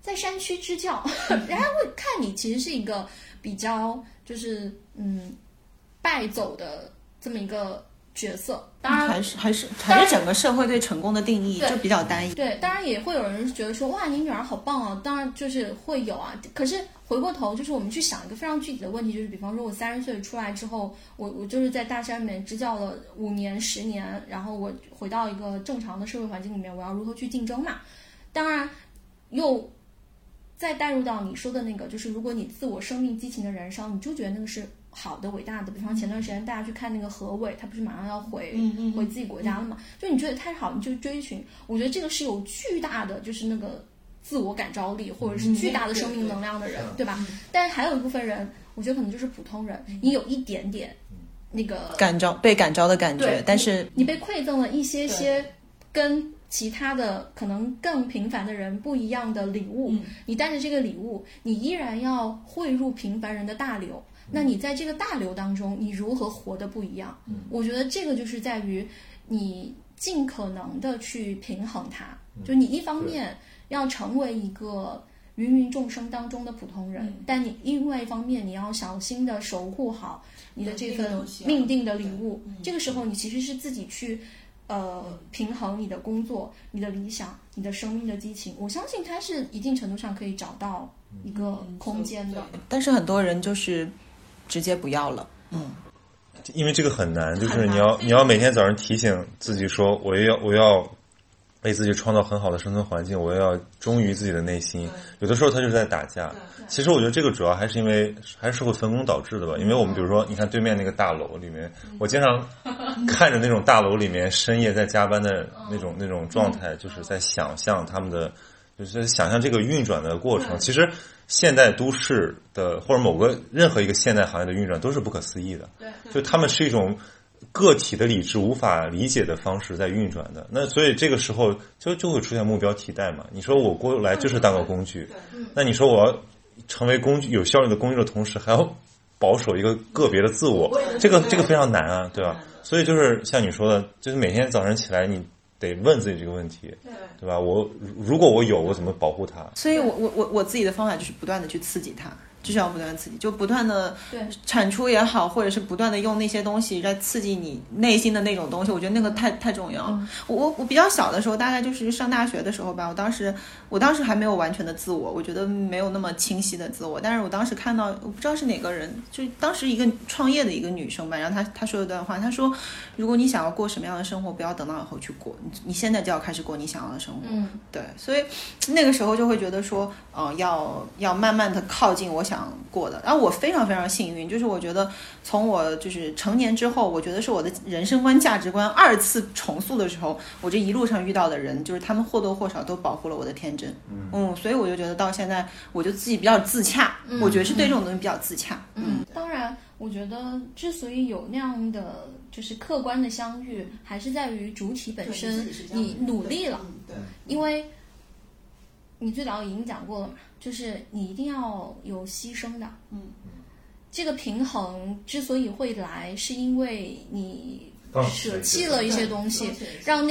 在山区支教，人家会看你其实是一个比较就是败走的这么一个角色。当然还是整个社会对成功的定义就比较单一。 对，当然也会有人觉得说哇，你女儿好棒啊，当然就是会有啊。可是回过头，就是我们去想一个非常具体的问题，就是比方说我30岁出来之后，我就是在大山里面支教了5年10年，然后我回到一个正常的社会环境里面，我要如何去竞争嘛？当然又再带入到你说的那个，就是如果你自我生命激情的燃烧，你就觉得那个是好的伟大的。比方前段时间大家去看那个何伟，他不是马上要回自己国家了嘛？就你觉得太好，你就追寻。我觉得这个是有巨大的就是那个自我感召力，或者是巨大的生命能量的人，对吧？但是还有一部分人，我觉得可能就是普通人，你有一点点那个被感召的感觉，但是你被馈赠了一些跟其他的可能更平凡的人不一样的礼物，你带着这个礼物，你依然要汇入平凡人的大流。那你在这个大流当中，你如何活得不一样？我觉得这个就是在于你尽可能的去平衡它。就你一方面要成为一个芸芸众生当中的普通人，但你另外一方面你要小心的守护好你的这份命定的礼物。这个时候你其实是自己去平衡你的工作、你的理想、你的生命的激情。我相信它是一定程度上可以找到一个空间的。 但是很多人就是直接不要了。 因为这个很难，就是你要每天早上提醒自己说，我要为自己创造很好的生存环境，我要忠于自己的内心。有的时候他就是在打架。其实我觉得这个主要还是因为还是社会分工导致的吧。因为我们比如说你看对面那个大楼里面，我经常看着那种大楼里面深夜在加班的那种状态，就是在想象他们的，就是想象这个运转的过程。其实现代都市的或者任何一个现代行业的运转都是不可思议的。就他们是一种个体的理智无法理解的方式在运转的。那所以这个时候就会出现目标替代嘛。你说我过来就是当个工具，那你说我要成为工具有效率的工具的同时，还要保守一个个别的自我，这个非常难啊，对吧？所以就是像你说的，就是每天早上起来你得问自己这个问题，对吧？如果我有，我怎么保护它？ 所以我自己的方法就是不断的去刺激它。就是要不断的刺激，就不断的产出也好，或者是不断的用那些东西来刺激你内心的那种东西，我觉得那个太重要了。我比较小的时候，大概就是上大学的时候吧，我当时还没有完全的自我觉得没有那么清晰的自我。但是我当时看到，我不知道是哪个人，就当时一个创业的一个女生吧，然后她说了一段话，她说如果你想要过什么样的生活，不要等到以后去过，你现在就要开始过你想要的生活。对，所以那个时候就会觉得说要慢慢的靠近我想过的。然后我非常非常幸运，就是我觉得从我就是成年之后，我觉得是我的人生观价值观2次重塑的时候，我这一路上遇到的人，就是他们或多或少都保护了我的天真。所以我就觉得到现在我就自己比较自洽，我觉得是对这种东西比较自洽。 当然我觉得之所以有那样的就是客观的相遇，还是在于主体本身你努力了。因为你最早已经讲过了嘛，就是你一定要有牺牲的。这个平衡之所以会来，是因为你舍弃了一些东西，让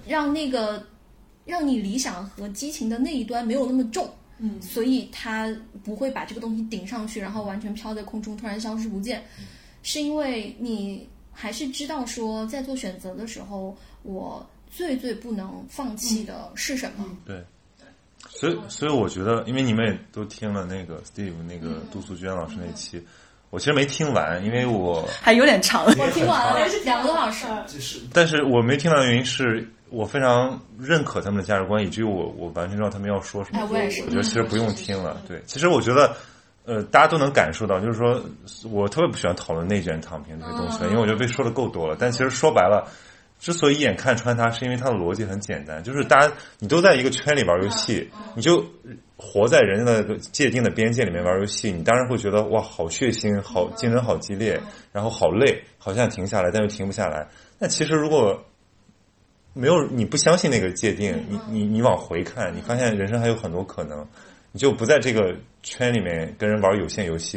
你理想和激情的那一端没有那么重。所以它不会把这个东西顶上去，然后完全飘在空中突然消失不见。是因为你还是知道说在做选择的时候，我最不能放弃的是什么。 对，所以我觉得，因为你们也都听了那个 Steve 那个杜素娟老师那期，我其实没听完，因为我还有点长。 我听完了2个多小时， 但是我没听完的原因是我非常认可他们的价值观，以至于我完全知道他们要说什么。 我也是， 我觉得其实不用听了。对，其实我觉得大家都能感受到，就是说我特别不喜欢讨论内卷躺平这些东西，因为我觉得被说的够多了。但其实说白了，之所以一眼看穿它，是因为它的逻辑很简单，就是你都在一个圈里玩游戏，你就活在人家的界定的边界里面玩游戏，你当然会觉得哇，好血腥，好竞争，好激烈，然后好累，好像停下来，但又停不下来。但其实如果没有你不相信那个界定，你往回看，你发现人生还有很多可能，你就不在这个圈里面跟人玩有限游戏。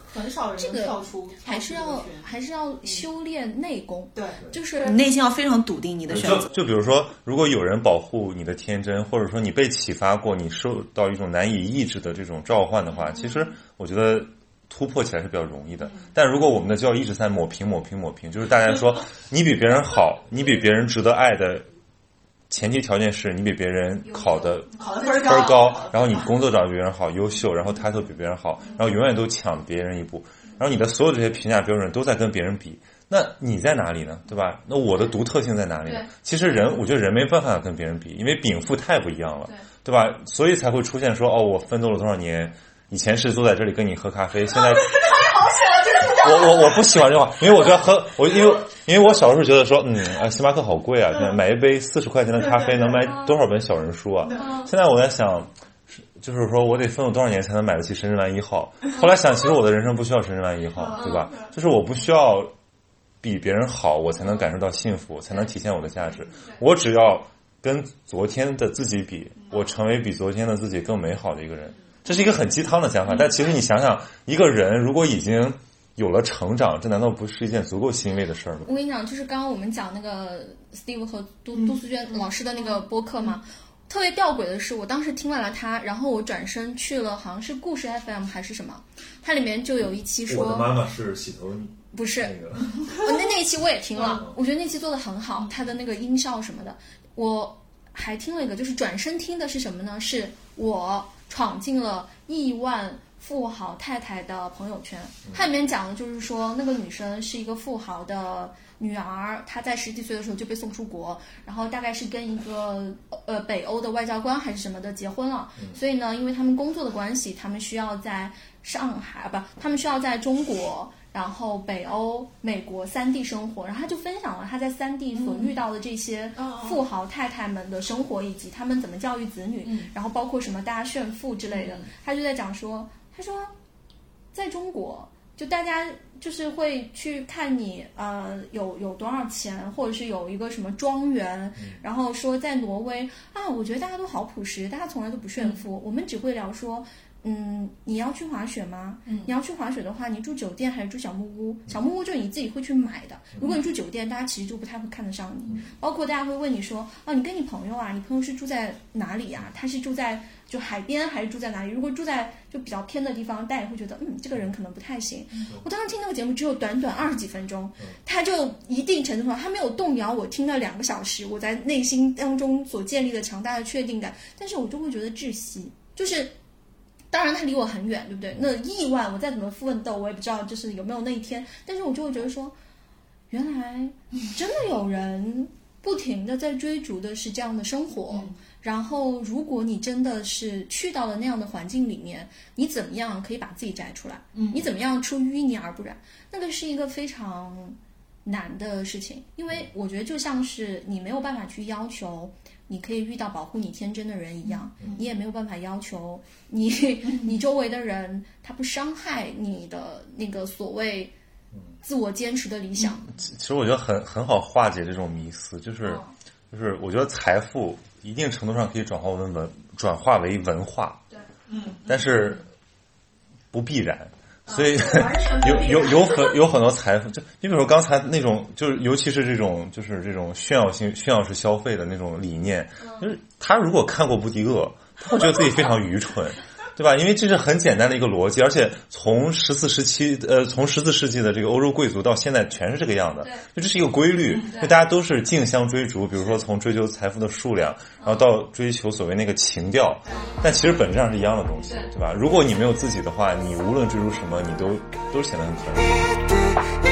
很少人跳出， 还是要修炼内功。 对， 就是你内心要非常笃定你的选择。 就比如说，如果有人保护你的天真，或者说你被启发过，你受到一种难以抑制的这种召唤的话，其实我觉得突破起来是比较容易的。但如果我们的教育一直在抹平，就是大家说你比别人好，你比别人值得爱的前提条件是你比别人考的分高，然后你工作找比别人好，优秀，然后抬头比别人好，然后永远都抢别人一步，然后你的所有这些评价标准都在跟别人比，那你在哪里呢？对吧？那我的独特性在哪里呢？其实我觉得人没办法跟别人比，因为禀赋太不一样了，对吧？所以才会出现说我奋斗了多少年，以前是坐在这里跟你喝咖啡，现在我不喜欢这话，因为我觉得因为我小时候觉得说星巴克好贵啊，买一杯40块钱的咖啡能买多少本小人书啊？现在我在想，就是说我得奋斗多少年才能买得起深圳湾1号？后来想，其实我的人生不需要深圳湾1号，对吧？就是我不需要比别人好，我才能感受到幸福，才能体现我的价值。我只要跟昨天的自己比，我成为比昨天的自己更美好的一个人。这是一个很鸡汤的想法，但其实你想想，一个人如果已经有了成长，这难道不是一件足够欣慰的事儿吗？ 我跟你讲，就是刚刚我们讲那个 Steve 和杜素娟老师的那个播客嘛，特别吊诡的是，我当时听完了他，然后我转身去了，好像是故事 FM 还是什么，它里面就有一期说我的妈妈是洗头女， 不是那一期我也听了，我觉得那期做的很好，他的那个音效什么的，我还听了一个，就是转身听的是什么呢？是我闯进了亿万富豪太太的朋友圈，它里面讲的就是说，那个女生是一个富豪的女儿，她在10几岁的时候就被送出国，然后大概是跟一个北欧的外交官还是什么的结婚了，所以呢，因为他们工作的关系，他们需要在他们需要在中国，然后北欧、美国3地生活，然后他就分享了他在3地所遇到的这些富豪太太们的生活，以及他们怎么教育子女，然后包括什么大家炫富之类的，他就在讲说，他说在中国就大家就是会去看你有多少钱，或者是有一个什么庄园，然后说在挪威我觉得大家都好朴实，大家从来都不炫富，我们只会聊说你要去滑雪吗？你要去滑雪的话，你住酒店还是住小木屋？小木屋就是你自己会去买的。如果你住酒店，大家其实就不太会看得上你。包括大家会问你说，你跟你朋友你朋友是住在哪里啊？他是住在就海边还是住在哪里？如果住在就比较偏的地方，大家也会觉得这个人可能不太行。我当时听那个节目只有短短20几分钟，他就一定程度上他没有动摇我听了2个小时我在内心当中所建立的强大的确定感，但是我就会觉得窒息，就是当然他离我很远，对不对？那亿万我再怎么奋斗我也不知道就是有没有那一天，但是我就会觉得说，原来真的有人不停的在追逐的是这样的生活，然后如果你真的是去到了那样的环境里面，你怎么样可以把自己摘出来，你怎么样出淤泥而不染，那个是一个非常难的事情。因为我觉得就像是你没有办法去要求你可以遇到保护你天真的人一样，你也没有办法要求你周围的人他不伤害你的那个所谓自我坚持的理想。 其实我觉得很好化解这种迷思，就是我觉得财富一定程度上可以转化为文化，对，但是不必然。所以有很多财富，就你比如说刚才那种，就是尤其是这种炫耀式消费的那种理念，就是他如果看过布迪厄，他会觉得自己非常愚蠢，对吧？因为这是很简单的一个逻辑，而且从14世纪的这个欧洲贵族到现在全是这个样的，就这是一个规律，就大家都是竞相追逐，比如说从追求财富的数量，然后到追求所谓那个情调，但其实本质上是一样的东西，对吧？如果你没有自己的话，你无论追逐什么，你都显得很可怜。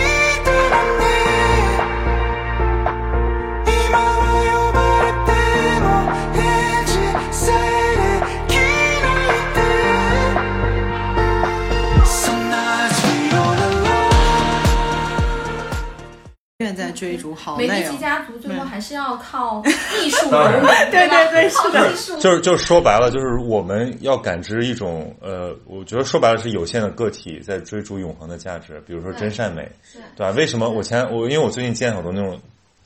在追逐好累哦。 美第奇家族最后还是要靠艺术流人， 对，是的。 就是说白了，就是我们要感知一种我觉得说白了是有限的个体在追逐永恒的价值，比如说真善美，对吧？为什么因为我最近见很多那种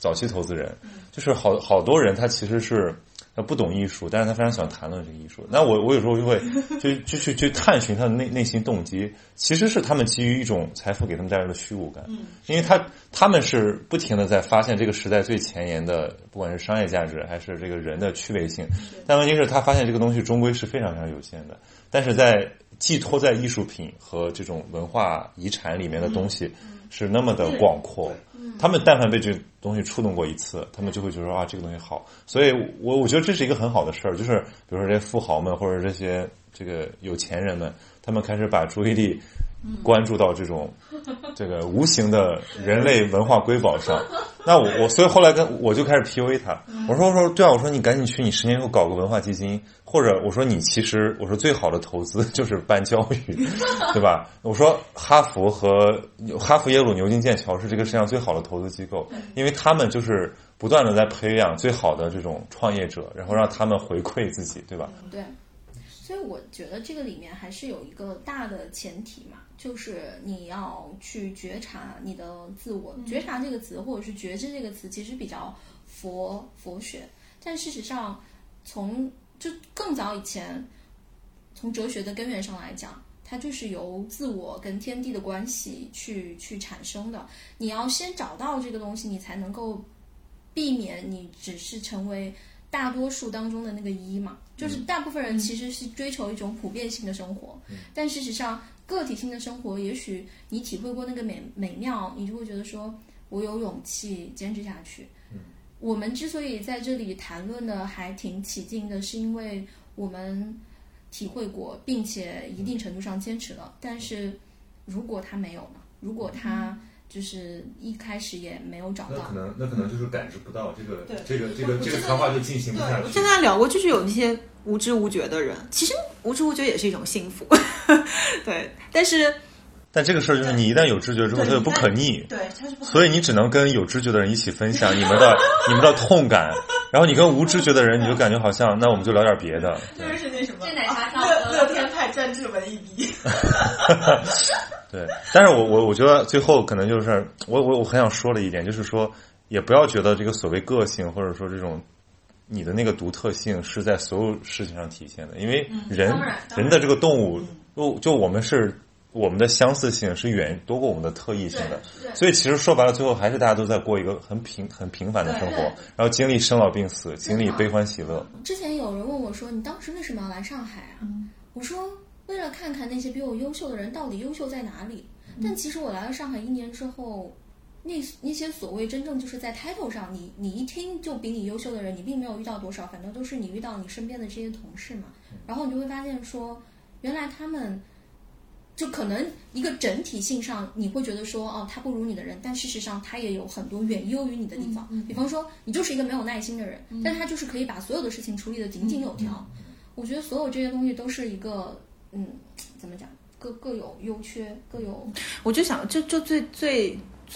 早期投资人，就是好多人他其实是他不懂艺术，但是他非常喜欢谈论这个艺术。那我有时候就会去探寻他的内心动机，其实是他们基于一种财富给他们带来的虚无感，因为他们是不停的在发现这个时代最前沿的，不管是商业价值还是这个人的趣味性，但问题是他发现这个东西终归是非常非常有限的，但是在寄托在艺术品和这种文化遗产里面的东西是那么的广阔，他们但凡被这个东西触动过一次，他们就会觉得啊这个东西好，所以我觉得这是一个很好的事儿，就是比如说这些富豪们或者这些这个有钱人们，他们开始把注意力关注到这个无形的人类文化瑰宝上。那我所以后来我就开始 PUA 他，我说对啊，我说你赶紧去，你10年后搞个文化基金，或者我说你其实我说最好的投资就是办教育，对吧？我说哈佛耶鲁牛津剑桥是这个世界上最好的投资机构，因为他们就是不断的在培养最好的这种创业者，然后让他们回馈自己，对吧？ 对。所以我觉得这个里面还是有一个大的前提嘛，就是你要去觉察你的自我。觉察这个词或者是觉知这个词其实比较佛学，但事实上就更早以前，从哲学的根源上来讲，它就是由自我跟天地的关系去产生的。你要先找到这个东西，你才能够避免你只是成为大多数当中的那个一嘛，就是大部分人其实是追求一种普遍性的生活，但事实上个体性的生活，也许你体会过那个美妙，你就会觉得说我有勇气坚持下去。我们之所以在这里谈论的还挺起劲的，是因为我们体会过，并且一定程度上坚持了。但是如果他没有呢？如果他就是一开始也没有找到， 那可能就是感知不到这个谈话就进行不下去。 我跟他聊过，就是有那些无知无觉的人，其实无知无觉也是一种幸福，对。但这个事儿就是你一旦有知觉之后，它就不可逆， 对，它是不可逆， 所以你只能跟有知觉的人一起分享你们的痛感，然后你跟无知觉的人，你就感觉好像那我们就聊点别的， 就是那什么， 这奶茶上乐天派专治文艺逼。 对，但是我觉得最后可能就是我很想说的一点，就是说也不要觉得这个所谓个性或者说这种你的那个独特性是在所有事情上体现的，因为人的这个动物就我们的相似性是远多过我们的特异性的，所以其实说白了，最后还是大家都在过一个很平凡的生活，然后经历生老病死，经历悲欢喜乐。 之前有人问我说：“你当时为什么要来上海啊？”我说：“为了看看那些比我优秀的人到底优秀在哪里。”但其实我来了上海1年之后，那些所谓真正就是在 title 上，你一听就比你优秀的人，你并没有遇到多少，反正都是你遇到你身边的这些同事嘛。然后你就会发现说，原来他们。就可能一个整体性上你会觉得说哦他不如你的人，但事实上他也有很多远优于你的地方，比方说你就是一个没有耐心的人，但他就是可以把所有的事情处理得井井有条。我觉得所有这些东西都是一个怎么讲，各有优缺，各有。 我就想就最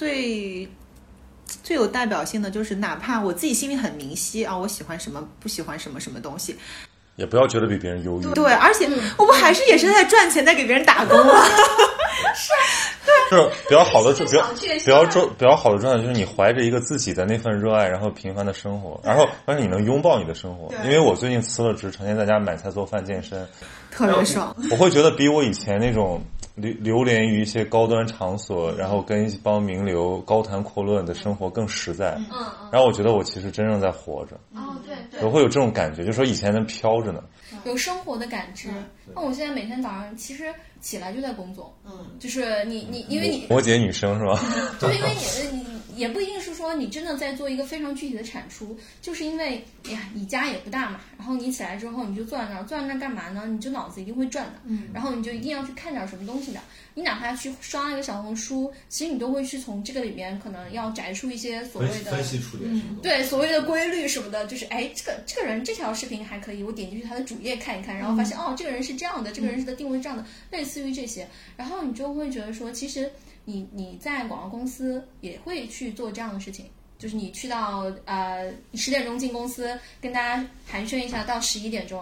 有代表性的就是，哪怕我自己心里很明晰啊，我喜欢什么不喜欢什么东西， 也不要觉得比别人优越。 对，而且我不还是也是在赚钱，在给别人打工吗？ 是啊， 就是比较好的状态，就是你怀着一个自己的那份热爱，然后平凡的生活，然后而且你能拥抱你的生活。因为我最近辞了职，成天在家买菜做饭健身， 特别爽。 我会觉得比我以前那种流连于一些高端场所，然后跟一帮名流高谈阔论的生活更实在。然后我觉得我其实真正在活着。 对， 我会有这种感觉，就是说以前能飘着呢， 有生活的感知。那我现在每天早上其实起来就在工作，就是你因为你摩羯女生是吧？ 就是因为你也不一定是说你真的在做一个非常具体的产出，就是因为你家也不大嘛，然后你起来之后你就坐在那儿干嘛呢？你就脑子一定会转的，然后你就一定要去看点什么东西的。你哪怕去刷一个小红书，其实你都会去从这个里面可能要摘出一些所谓的分析出点什么， 对，所谓的规律什么的，就是这个人这条视频还可以，我点进去他的主页看一看，然后发现这个人是这样的，这个人是的定位是这样的，类似于这些，然后你就会觉得说，其实你在广告公司也会去做这样的事情，就是你去到10点钟进公司，跟大家寒暄一下到11点钟。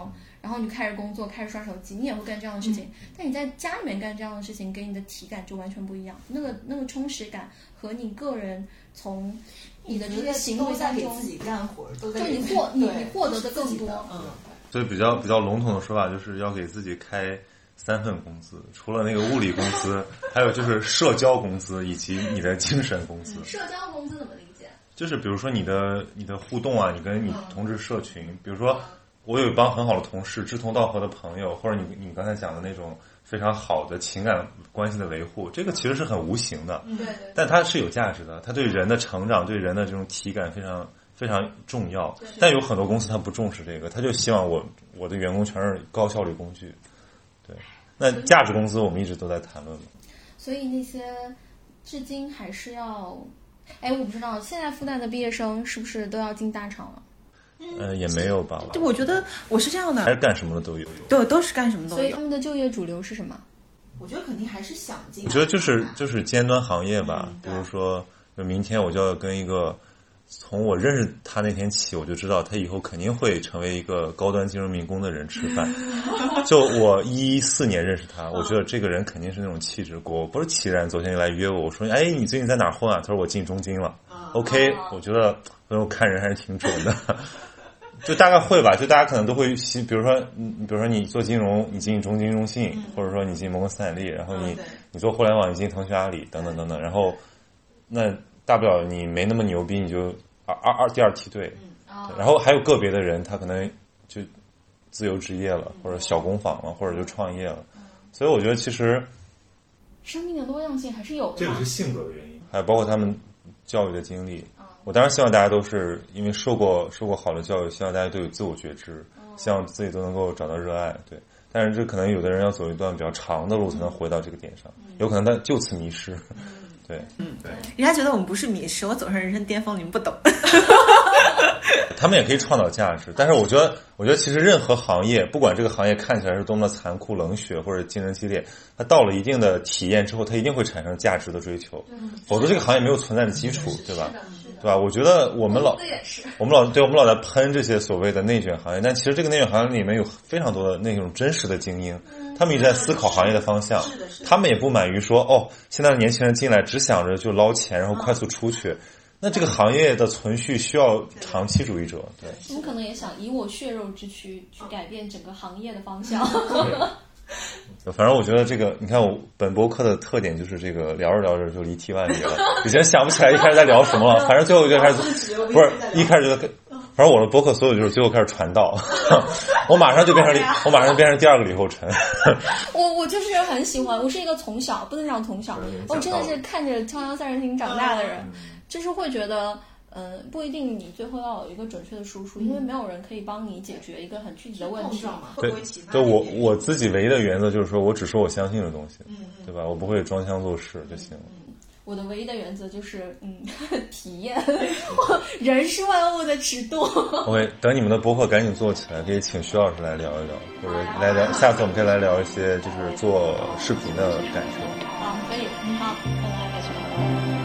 然后你开始工作，开始刷手机，你也会干这样的事情。但你在家里面干这样的事情，给你的体感就完全不一样。那个充实感和你个人从你的这些行为当中， 自己干活，都在就你获得的更多。 所以比较笼统的说法，就是要给自己开3份工资，除了那个物理工资，还有就是社交工资以及你的精神工资。 社交工资怎么理解？ 就是比如说你的互动啊，你跟你同志社群，比如说我有一帮很好的同事，志同道合的朋友，或者你刚才讲的那种非常好的情感关系的维护，这个其实是很无形的， 对， 但它是有价值的，它对人的成长，对人的这种体感非常非常重要。但有很多公司它不重视这个，他就希望我的员工全是高效率工具。对，那价值工资我们一直都在谈论嘛。 所以那些至今还是要，我不知道现在复旦的毕业生是不是都要进大厂了？ 也没有吧。 我觉得我是这样的， 还是干什么的都有。 对，都是干什么都有。 所以他们的就业主流是什么？ 我觉得肯定还是想进。 我觉得就是尖端行业吧，比如说，明天我就要跟一个，从我认识他那天起，我就知道他以后肯定会成为一个高端金融民工的人吃饭。就我2014年认识他，我觉得这个人肯定是那种气质。果不是其然，昨天就来约我说，你最近在哪混啊？他说我进中金了。OK， 我觉得我看人还是挺准的。就大概会吧，就大家可能都会，比如说你做金融，你进中金中信，或者说你进摩根斯坦利，然后你做互联网，你进腾讯阿里等等等等，然后那大不了你没那么牛逼，你就第二梯队，然后还有个别的人他可能就自由职业了，或者小工坊了，或者就创业了，所以我觉得其实生命的多样性还是有的， 这个是性格的原因，还有包括他们教育的经历。我当然希望大家都是因为受过好的教育，希望大家都有自我觉知，希望自己都能够找到热爱。对，但是这可能有的人要走一段比较长的路才能回到这个点上，有可能他就此迷失。对， 对，人家觉得我们不是迷失，我走上人生巅峰，你们不懂。 他们也可以创造价值，但是我觉得其实任何行业，不管这个行业看起来是多么残酷冷血或者竞争激烈，它到了一定的体验之后，它一定会产生价值的追求，否则这个行业没有存在的基础，对吧？对吧？我觉得我们老在喷这些所谓的内卷行业，但其实这个内卷行业里面有非常多的那种真实的精英，他们一直在思考行业的方向，他们也不满于说现在的年轻人进来只想着就捞钱，然后快速出去。那这个行业的存续需要长期主义者，对。 我们可能也想以我血肉之躯去改变整个行业的方向。 反正我觉得这个，你看我本播客的特点就是这个聊着聊着就离题万里了，以前想不起来一开始在聊什么了，反正最后就开始不是一开始就，反正我的播客所有就是最后开始传道，我马上就变成第二个李厚辰。 我就是很喜欢，我是一个从小不能讲从小，我真的是看着《锵锵三人行》长大的人，就是会觉得。不一定你最后要有一个准确的输出，因为没有人可以帮你解决一个很具体的问题。 对，我自己唯一的原则就是说我只说我相信的东西，对吧？我不会装腔作势就行了。 我的唯一的原则就是体验，人是万物的尺度。 OK， 等你们的播客赶紧做起来，可以请徐老师来聊一聊，或者来聊，下次我们可以来聊一些就是做视频的感受。 好，可以，好，拜拜。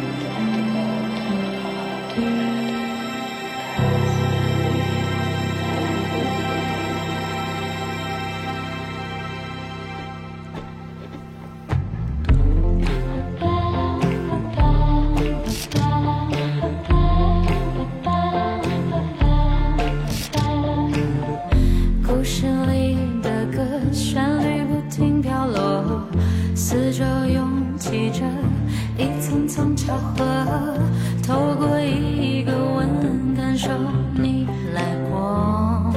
故事里的歌，旋律不停飘落，四周涌起着一层层巧合，透过一个吻感受你来过，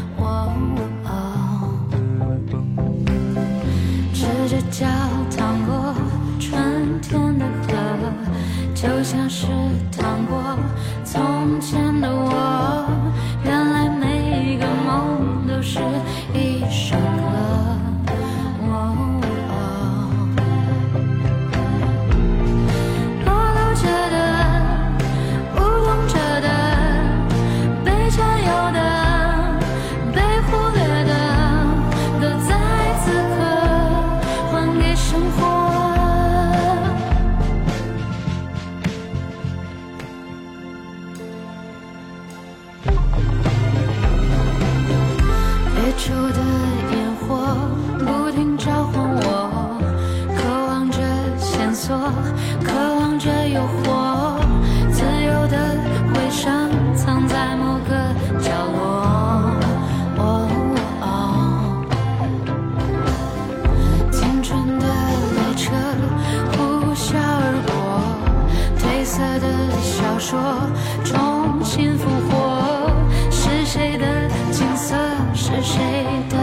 赤着脚淌过春天的河，就像是淌过从前的我，原来每个梦都是一首歌。裸露着的，舞动着的，被占有的，被忽略的，都在此刻还给生活。别处的的小说重新复活，是谁的景色，是谁的